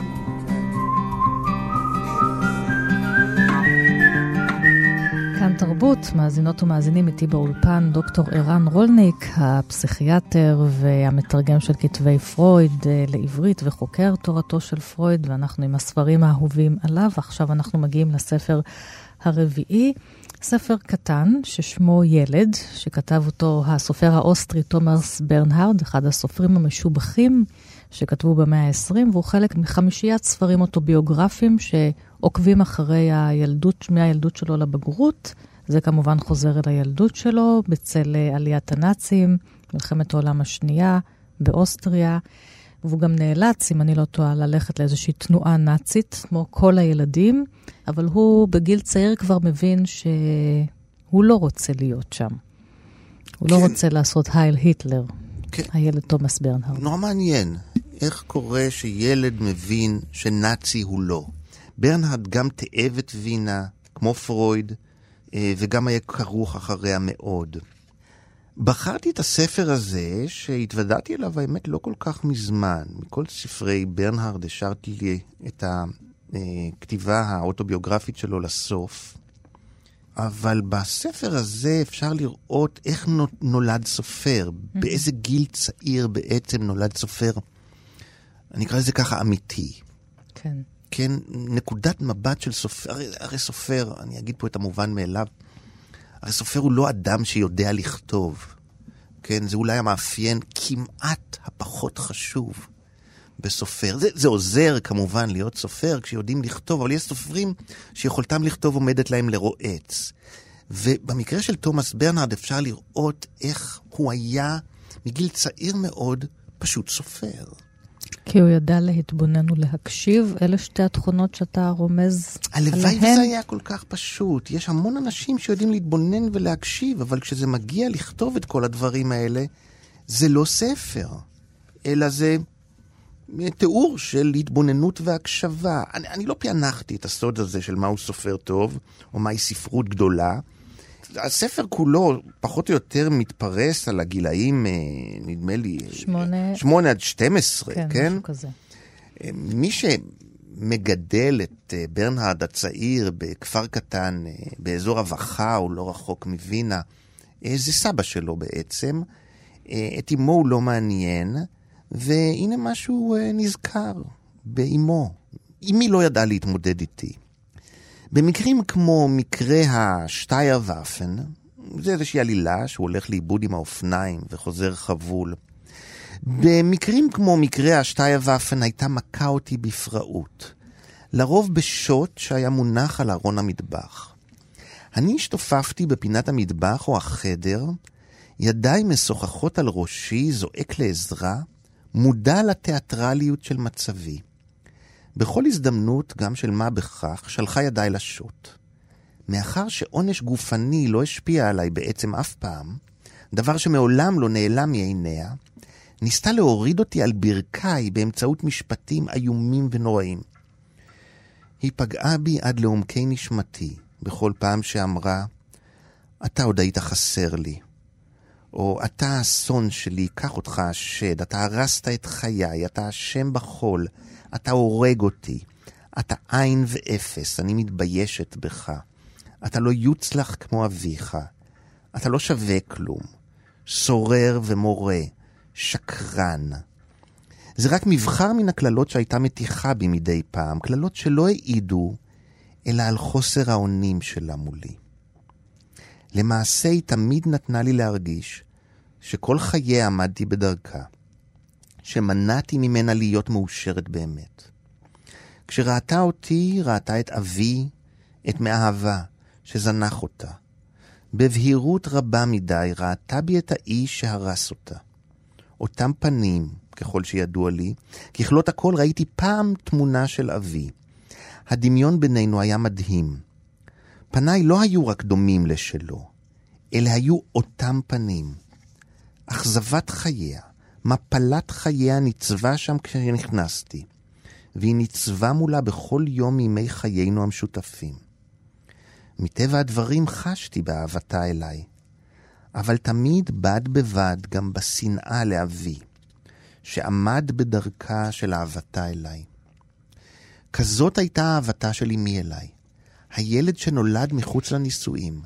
כאן תרבות, מאזינות ומאזינים איתי באולפן דוקטור ערן רולניק, הפסיכיאטר והמתרגם של כתבי פרויד לעברית וחוקר תורתו של פרויד, ואנחנו עם הספרים האהובים עליו. עכשיו אנחנו מגיעים לספר הרביעי, ספר קטן ששמו ילד, שכתב אותו הסופר האוסטרי תומאס ברנהרד, אחד הסופרים המשובחים שכתבו במאה ה-20, והוא חלק מחמישיית ספרים אוטוביוגרפיים שעוקבים אחרי הילדות, מהילדות שלו לבגרות. זה כמובן חוזר אל הילדות שלו, בצל עליית הנאצים, מלחמת העולם השנייה, באוסטריה, והוא גם נאלץ, אם אני לא טועה, ללכת לאיזושהי תנועה נאצית, כמו כל הילדים, אבל הוא בגיל צעיר כבר מבין שהוא לא רוצה להיות שם. הוא לא רוצה לעשות הייל היטלר, הילד תומאס ברנהרד. נורא מעניין, איך קורה שילד מבין שנאצי הוא לא. ברנהרד גם תאב את וינה, כמו פרויד, וגם היה כרוך אחריה מאוד. בחרתי את הספר הזה, שהתוודעתי אליו האמת לא כל כך מזמן. מכל ספרי ברנהרד השארתי לי את הכתיבה האוטוביוגרפית שלו לסוף. אבל בספר הזה אפשר לראות איך נולד סופר, באיזה גיל צעיר בעצם נולד סופר. אני אקרא לזה ככה אמיתי. כן. כן, נקודת מבט של סופר, הרי סופר, אני אגיד פה את המובן מאליו, הרי סופר הוא לא אדם שיודע לכתוב. כן, זה אולי המאפיין כמעט הפחות חשוב בסופר. זה עוזר כמובן להיות סופר כשיודעים לכתוב, אבל יש סופרים שיכולתם לכתוב עומדת להם לרועץ. ובמקרה של תומאס ברנהרד אפשר לראות איך הוא היה מגיל צעיר מאוד פשוט סופר. כי הוא ידע להתבונן ולהקשיב, אלה שתי התכונות שאתה רומז עליהן. הלוואי וזה היה כל כך פשוט. יש המון אנשים שיודעים להתבונן ולהקשיב, אבל כשזה מגיע לכתוב את כל הדברים האלה, זה לא ספר, אלא זה תיאור של התבוננות והקשבה. אני לא פענחתי את הסוד הזה של מהו סופר טוב, או מהי ספרות גדולה. הספר כולו פחות או יותר מתפרס על הגילאים, נדמה לי, 8 עד 12, כן? משהו כזה. מי שמגדל את ברנהרד הצעיר בכפר קטן, באזור הבכה, או לא רחוק מווינה, זה סבא שלו בעצם. את אמו הוא לא מעניין, והנה משהו נזכר באמו. אמי לא ידעה להתמודד איתי. במקרים כמו מקרה השטיירוואפן, זה איזושהי עלילה שהוא הולך לאיבוד עם האופניים וחוזר חבול. במקרים כמו מקרה השטיירוואפן הייתה מכה אותי בפראות. לרוב בשוט שהיה מונח על ארון המטבח. אני השתופפתי בפינת המטבח או החדר, ידיי משוחחות על ראשי, זועק לעזרה, מודע לתיאטרליות של מצבי. בכל הזדמנות, גם של מה בכך, שלחה ידיי לשוט. מאחר שעונש גופני לא השפיע עליי בעצם אף פעם, דבר שמעולם לא נעלם מעיניה, ניסתה להוריד אותי על ברכיי באמצעות משפטים איומים ונוראים. היא פגעה בי עד לעומקי נשמתי, בכל פעם שאמרה, אתה עוד היית חסר לי. או אתה האסון שלי, קח אותך השד, אתה הרסת את חיי, אתה אשם בחול, אתה הורג אותי, אתה עין ואפס, אני מתביישת בך. אתה לא יוצלח כמו אביך, אתה לא שווה כלום, סורר ומורה, שקרן. זה רק מבחר מן הכללות שהייתה מתיחה בי מדי פעם, כללות שלא העידו, אלא על חוסר האונים שלה מולי. למעשה היא תמיד נתנה לי להרגיש שכל חיי עמדתי בדרכה, שמנעתי ממנה להיות מאושרת באמת. כשראתה אותי, ראתה את אבי, את מאהבה, שזנח אותה. בבהירות רבה מדי ראתה בי את האיש שהרס אותה. אותם פנים, ככל שידוע לי, ככלות הכל ראיתי פעם תמונה של אבי. הדמיון בינינו היה מדהים. פניי לא היו רק דומים לשלו, אלה היו אותם פנים. אכזבת חייה, מפלת חייה ניצבה שם כשנכנסתי, והיא ניצבה מולה בכל יום מימי חיינו המשותפים. מטבע הדברים חשתי באהבתה אליי, אבל תמיד בד בבד גם בשנאה לאבי, שעמד בדרכה של אהבתה אליי. כזאת הייתה אהבתה של אמי אליי, הילד שנולד מחוץ לנישואים,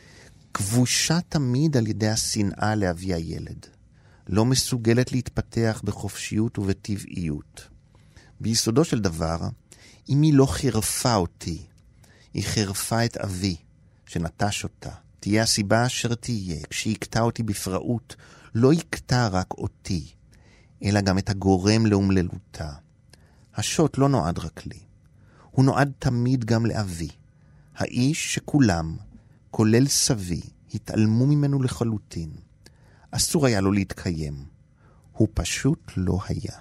כבושה תמיד על ידי השנאה לאבי הילד, לא מסוגלת להתפתח בחופשיות ובטבעיות. ביסודו של דבר, אמי לא חירפה אותי, היא חירפה את אבי, שנטש אותה. תהיה הסיבה אשר תהיה, כשהקטע אותי בפראות, לא יקטע רק אותי, אלא גם את הגורם לאומללותה. השוט לא נועד רק לי, הוא נועד תמיד גם לאבי, האיש שכולם, כולל סבי, התעלמו ממנו לחלוטין. אסור היה לו להתקיים. הוא פשוט לא היה.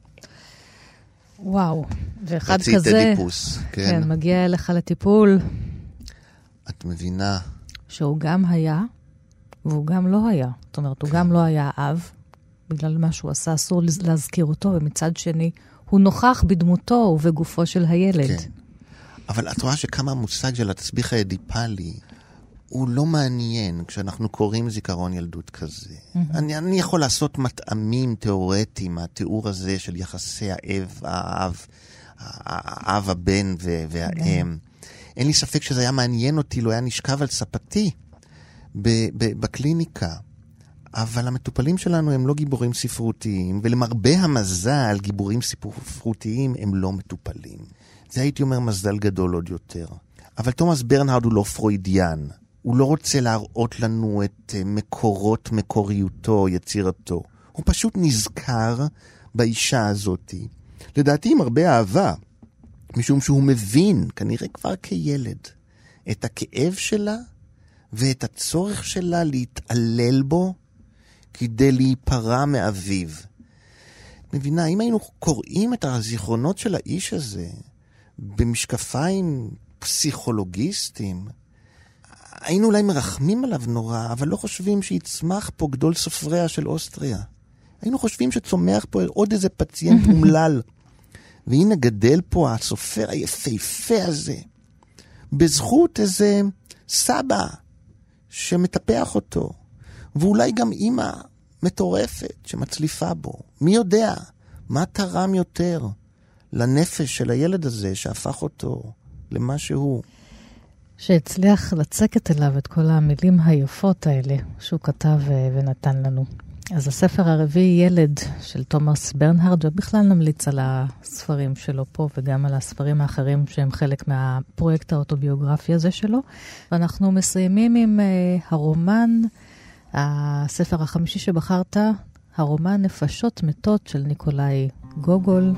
וואו, ואחד רצית כזה, דיפוס, כן. כן, מגיע אליך לטיפול, את מבינה? שהוא גם היה, והוא גם לא היה. זאת אומרת, הוא גם לא היה אב, בגלל מה שהוא עשה, אסור להזכיר אותו, ומצד שני, הוא נוכח בדמותו ובגופו של הילד. כן. אבל את רואה שכמה המושג של התסביך האדיפלי, הוא לא מעניין כשאנחנו קוראים זיכרון ילדות כזה. אני יכול לעשות מטעמים תיאורטיים, התיאור הזה של יחסי האב, הבן והאם. אין לי ספק שזה היה מעניין אותי, לא היה נשכב על ספתי בקליניקה. אבל המטופלים שלנו הם לא גיבורים ספרותיים, ולמרבה המזל, גיבורים ספרותיים הם לא מטופלים. זה הייתי אומר מזל גדול עוד יותר. אבל תומאס ברנהרד הוא לא פרוידיאן. הוא לא רוצה להראות לנו את מקוריותו, יצירתו. הוא פשוט נזכר באישה הזאת. לדעתי עם הרבה אהבה, משום שהוא מבין, כנראה כבר כילד, את הכאב שלה ואת הצורך שלה להתעלל בו כדי להיפרע מאביו. מבינה, אם היינו קוראים את הזיכרונות של האיש הזה במשקפיים פסיכולוגיסטיים, היינו אולי מרחמים עליו נורא, אבל לא חושבים שיצמח פה גדול סופריה של אוסטריה. היינו חושבים שצומח פה עוד איזה פציינט אומלל. והנה גדל פה הסופר היפהפה הזה, בזכות איזה סבא שמטפח אותו, ואולי גם אמא מטורפת שמצליפה בו. מי יודע מה תרם יותר לנפש של הילד הזה שהפך אותו למה שהוא. שהצליח לצקת אליו את כל המילים היפות האלה שהוא כתב ונתן לנו. אז הספר הרביעי ילד של תומאס ברנהרד, ובכלל נמליץ על הספרים שלו פה וגם על הספרים האחרים שהם חלק מהפרויקט האוטוביוגרפי הזה שלו. ואנחנו מסיימים עם הרומן, הספר החמישי שבחרת, הרומן נפשות מתות של ניקולאי גוגול.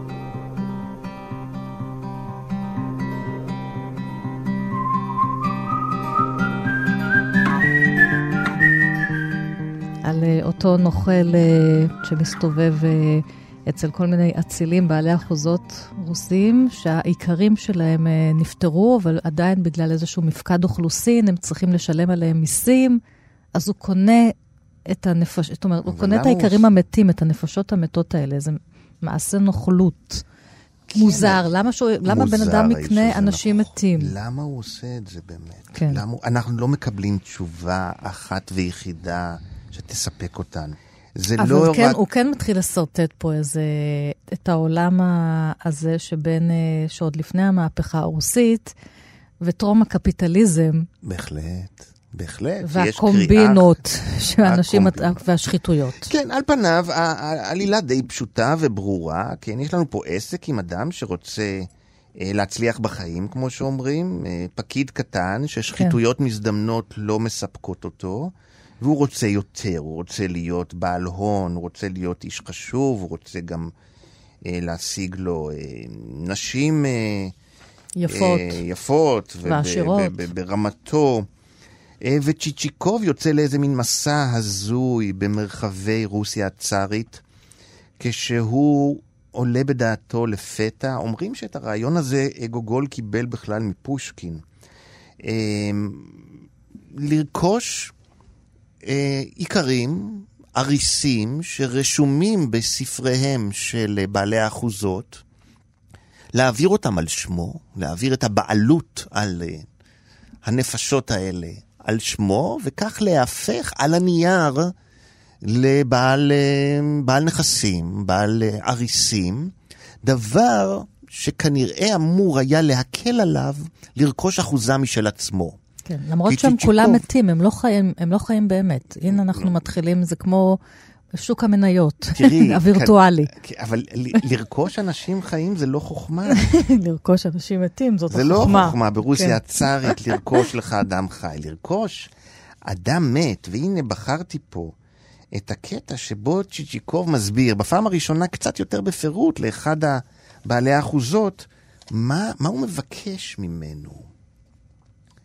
על אותו נוכל שמסתובב אצל כל מיני אצילים בעלי אחוזות רוסים, שהעיקרים שלהם נפטרו, אבל עדיין בגלל איזשהו מפקד אוכלוסין, הם צריכים לשלם עליהם מיסים, אז הוא קונה את הנפש, זאת אומרת, הוא קונה את העיקרים המתים, את הנפשות המתות האלה, זה מעשה נוכלות. מוזר, למה בן אדם יקנה אנשים מתים? למה הוא עושה את זה באמת? כן. אנחנו לא מקבלים תשובה אחת ויחידה שתספק אותן. אבל לא כן, רק... הוא כן מתחיל לסרטט פה את העולם הזה שבין, שעוד לפני המהפכה הרוסית, וטרום הקפיטליזם. בהחלט. והקומבינות שאנשים, והשחיתויות. כן, על פניו, העלילה די פשוטה וברורה, כן, יש לנו פה עסק עם אדם שרוצה להצליח בחיים, כמו שאומרים, פקיד קטן, ששחיתויות מזדמנות לא מספקות אותו, והוא רוצה יותר, הוא רוצה להיות בעל הון, הוא רוצה להיות איש חשוב, הוא רוצה גם להשיג לו נשים יפות ועשירות. ברמתו. וצ'יצ'יקוב יוצא לאיזה מין מסע הזוי במרחבי רוסיה הצארית, כשהוא עולה בדעתו לפתע. אומרים שאת הרעיון הזה גוגול קיבל בכלל מפושקין. לרכוש עיקרים, עריסים, שרשומים בספריהם של בעלי האחוזות, להעביר אותם על שמו, להעביר את הבעלות על הנפשות האלה על שמו, וכך להפך על הנייר לבעל נכסים, בעל עריסים, דבר שכנראה אמור היה להקל עליו לרכוש אחוזה משל עצמו. כן, למרות שהם כולם מתים, הם לא חיים באמת. הנה אנחנו מתחילים, זה כמו שוק המניות, הווירטואלי. אבל לרכוש אנשים חיים זה לא חוכמה. לרכוש אנשים מתים, זאת החוכמה. זה לא חוכמה, ברוסיה הצארית לרכוש לך אדם חי. לרכוש אדם מת, והנה בחרתי פה את הקטע שבו צ'יצ'יקוב מסביר, בפעם הראשונה קצת יותר בפירוט לאחד בעלי האחוזות, מה הוא מבקש ממנו.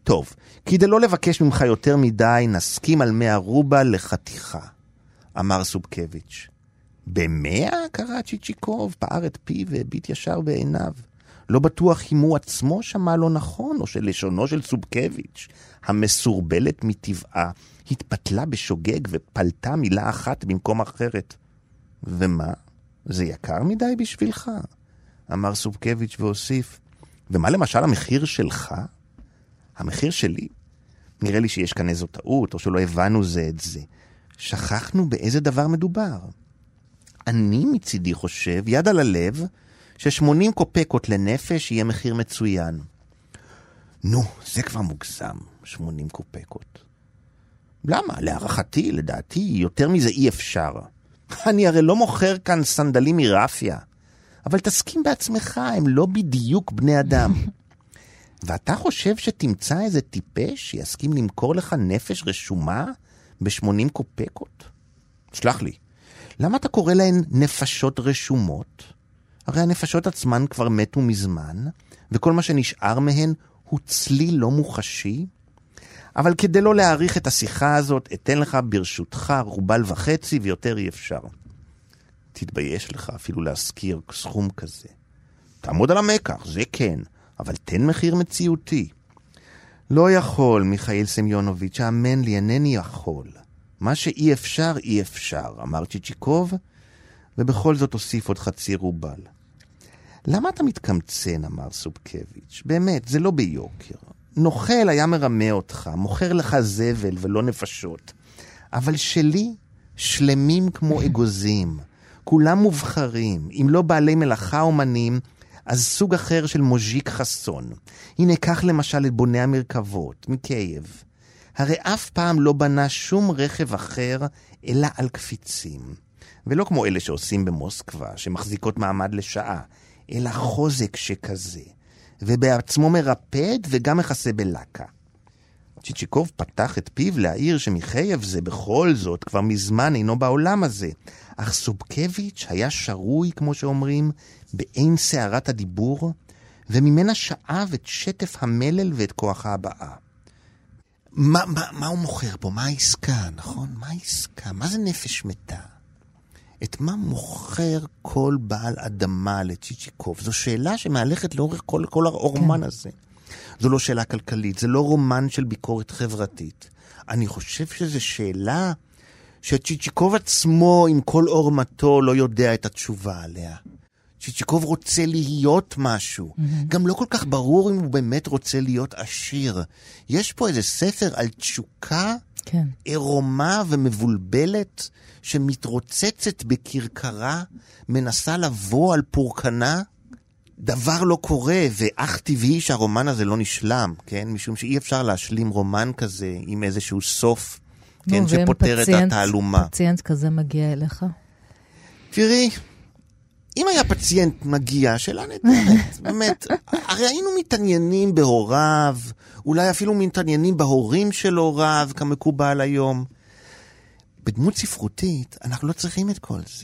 טוב, כדי לא לבקש ממך יותר מדי, נסכים על 100 רובל לחתיכה, אמר סובקביץ'. ב100? קרא צ'יצ'יקוב, פער את פיו והביט ישר בעיניו. לא בטוח אם הוא עצמו שמע לא נכון, או שלשונו של סובקביץ', המסורבלת מטבעה, התפתלה בשוגג ופלטה מילה אחת במקום אחרת. ומה? זה יקר מדי בשבילך? אמר סובקביץ' והוסיף. ומה למשל המחיר שלך? המחיר שלי? נראה לי שיש כאן איזו טעות, או שלא הבנו זה את זה. שכחנו באיזה דבר מדובר. אני מצידי חושב, יד על הלב, ש80 קופקות לנפש יהיה מחיר מצוין. נו, זה כבר מוגזם, 80 קופקות. למה? להערכתי, לדעתי, יותר מזה אי אפשר. אני הרי לא מוכר כאן סנדלים מרפיה. אבל תסכים בעצמך, הם לא בדיוק בני אדם. ואתה חושב שתמצא איזה טיפש שיסכים למכור לך נפש רשומה ב80 קופקות? שלח לי, למה אתה קורא להן נפשות רשומות? הרי הנפשות עצמן כבר מתו מזמן, וכל מה שנשאר מהן הוא צליל לא מוחשי. אבל כדי לא להאריך את השיחה הזאת, אתן לך ברשותך 1.5 רובל ויותר אי אפשר. תתבייש לך אפילו להזכיר סכום כזה. תעמוד על המקח, זה כן, אבל תן מחיר מציאותי. לא יכול, מיכאל סמיונוביץ', האמן לי, אינני יכול. מה שאי אפשר, אי אפשר, אמר צ'יצ'יקוב, ובכל זאת הוסיף עוד 0.5 רובל. למה אתה מתקמצן, אמר סובקביץ'? באמת, זה לא ביוקר. נוכל היה מרמה אותך, מוכר לך זבל ולא נפשות. אבל שלי, שלמים כמו אגוזים. כולם מובחרים, אם לא בעלי מלאכה אומנים, אז סוג אחר של מוז'יק חסון. הנה, קח למשל את בוני המרכבות, מקייב. הרי אף פעם לא בנה שום רכב אחר, אלא על קפיצים. ולא כמו אלה שעושים במוסקבה, שמחזיקות מעמד לשעה, אלא חוזק שכזה. ובעצמו מרפד וגם מכסה בלקה. צ'יצ'יקוב פתח את פיו להעיר שמחייב זה בכל זאת כבר מזמן אינו בעולם הזה. אך סובקביץ' היה שרוי, כמו שאומרים, בעין שערת הדיבור, וממנה שאב את שטף המלל ואת כוח ההבאה. מה הוא מוכר פה? מה העסקה, נכון? מה העסקה? מה זה נפש מתה? את מה מוכר כל בעל אדמה לצ'יצ'יקוב? זו שאלה שמהלכת לאורך כל הרומן הזה. זו לא שאלה כלכלית, זה לא רומן של ביקורת חברתית. אני חושב שזו שאלה שצ'יצ'יקוב עצמו עם כל עורמתו לא יודע את התשובה עליה. צ'יצ'יקוב רוצה להיות משהו. גם לא כל כך ברור אם הוא באמת רוצה להיות עשיר. יש פה איזה ספר על תשוקה עירומה ומבולבלת שמתרוצצת בקרקרה, מנסה לבוא על פורקנה. דבר לא קורה, ואך טבעי שהרומן הזה לא נשלם, כן? משום שאי אפשר להשלים רומן כזה עם איזשהו סוף, כן? שפותר את התעלומה. פציינט כזה מגיע אליך? תראי, אם היה פציינט מגיע, שאלה נדרת, באמת, הרי היינו מתעניינים בהוריו, אולי אפילו מתעניינים בהורים של הוריו, כמקובל היום. בדמות ספרותית, אנחנו לא צריכים את כל זה.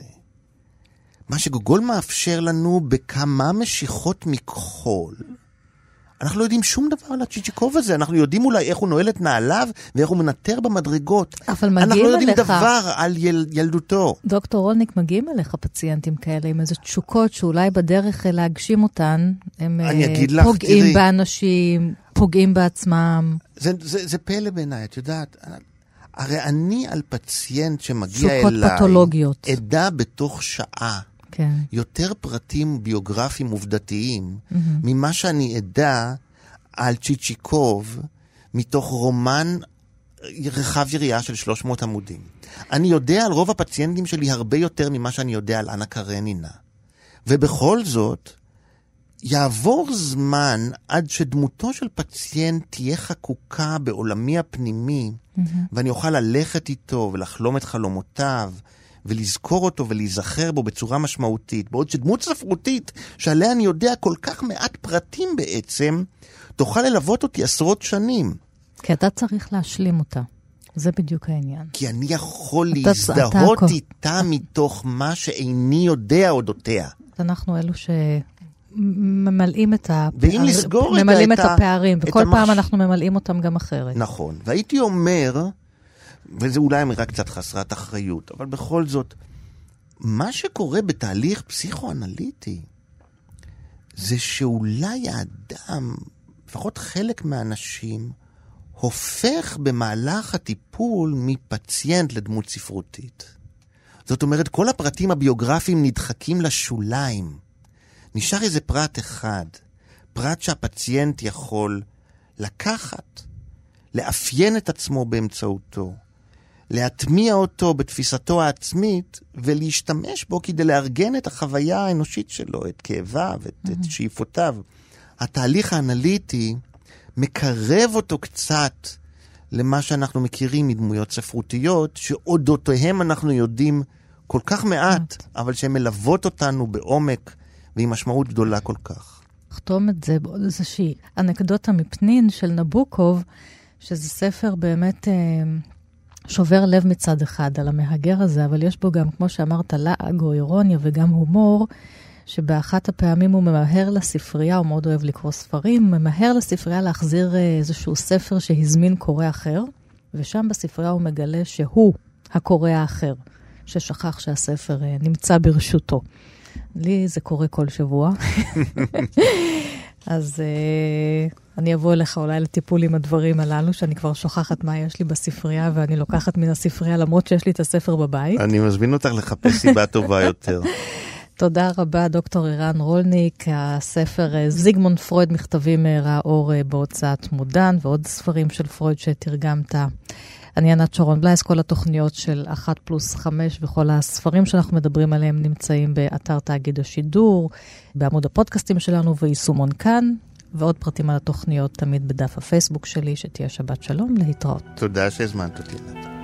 מה שגוגול מאפשר לנו בכמה משיכות מכחול. אנחנו לא יודעים שום דבר על הצ'יצ'יקוב הזה, אנחנו יודעים אולי איך הוא נועל את נעליו, ואיך הוא מנטר במדרגות. אבל מגיעים אנחנו לא יודעים אליך, דבר על ילדותו. דוקטור רולניק, מגיעים אליך פציינטים כאלה, עם איזה תשוקות שאולי בדרך להגשים אותן, הם פוגעים באנשים, פוגעים בעצמם. זה פלא בעיניי, את יודעת. הרי אני על פציינט שמגיע אליי, פתולוגיות. עדה בתוך שעה, כן. יותר פרטים ביוגרפיים עובדתיים, ממה שאני עדה על צ'יצ'יקוב, מתוך רומן רחב יריעה של 300 עמודים. אני יודע על רוב הפציינטים שלי הרבה יותר ממה שאני יודע על אנה קרנינה. ובכל זאת, יעבור זמן עד שדמותו של פציינט תהיה חקוקה בעולמי הפנימי, ואני אוכל ללכת איתו ולחלום את חלומותיו, ולזכור אותו ולהיזכר בו בצורה משמעותית. בעוד שדמות ספרותית, שעליה אני יודע כל כך מעט פרטים בעצם, תוכל ללוות אותי עשרות שנים. כי אתה צריך להשלים אותה. זה בדיוק העניין. כי אני יכול להזדהות איתה מתוך מה שאיני יודע אודותיה. אנחנו אלו ממלאים את ואם לסגור ממלאים את הפערים, וכל פעם אנחנו ממלאים אותם גם אחרת. נכון, והייתי אומר, וזה אולי אמירה קצת חסרת אחריות, אבל בכל זאת, מה שקורה בתהליך פסיכואנליטי, זה שאולי האדם, לפחות חלק מהאנשים, הופך במהלך הטיפול מפציינט לדמות ספרותית. זאת אומרת, כל הפרטים הביוגרפיים נדחקים לשוליים. נשאר איזה פרט אחד, פרט שהפציינט יכול לקחת, לאפיין את עצמו באמצעותו, להטמיע אותו בתפיסתו העצמית, ולהשתמש בו כדי לארגן את החוויה האנושית שלו, את כאביו, את שאיפותיו. התהליך האנליטי מקרב אותו קצת למה שאנחנו מכירים מדמויות ספרותיות, שאודותיהם אנחנו יודעים כל כך מעט, אבל שהן מלוות אותנו בעומק, ועם משמעות גדולה כל כך. לחתום את זה בעוד איזושהי אנקדוטה מפנין של נבוקוב, שזה ספר באמת שובר לב מצד אחד על המהגר הזה, אבל יש בו גם, כמו שאמרת, לעג או אירוניה וגם הומור, שבאחת הפעמים הוא ממהר לספרייה, הוא מאוד אוהב לקרוא ספרים, ממהר לספרייה להחזיר איזשהו ספר שהזמין קורא אחר, ושם בספרייה הוא מגלה שהוא הקורא האחר, ששכח שהספר נמצא ברשותו. לי זה קורה כל שבוע. אז אני אבוא אליך אולי לטיפול עם הדברים הללו, שאני כבר שוכחת מה יש לי בספרייה, ואני לוקחת מן הספרייה, למרות שיש לי את הספר בבית. אני מזמין אותך לחפש סיבה טובה יותר. תודה רבה, דוקטור ערן רולניק. הספר זיגמונד פרויד, מכתבים ראה אור בהוצאת מודן, ועוד ספרים של פרויד שתרגמת. אני ענת שרון בלייס, כל התוכניות של 1+5 וכל הספרים שאנחנו מדברים עליהם נמצאים באתר תאגיד השידור, בעמוד הפודקאסטים שלנו ויישומון כאן, ועוד פרטים על התוכניות תמיד בדף הפייסבוק שלי, שתהיה שבת שלום, להתראות. תודה שהזמנת אותי.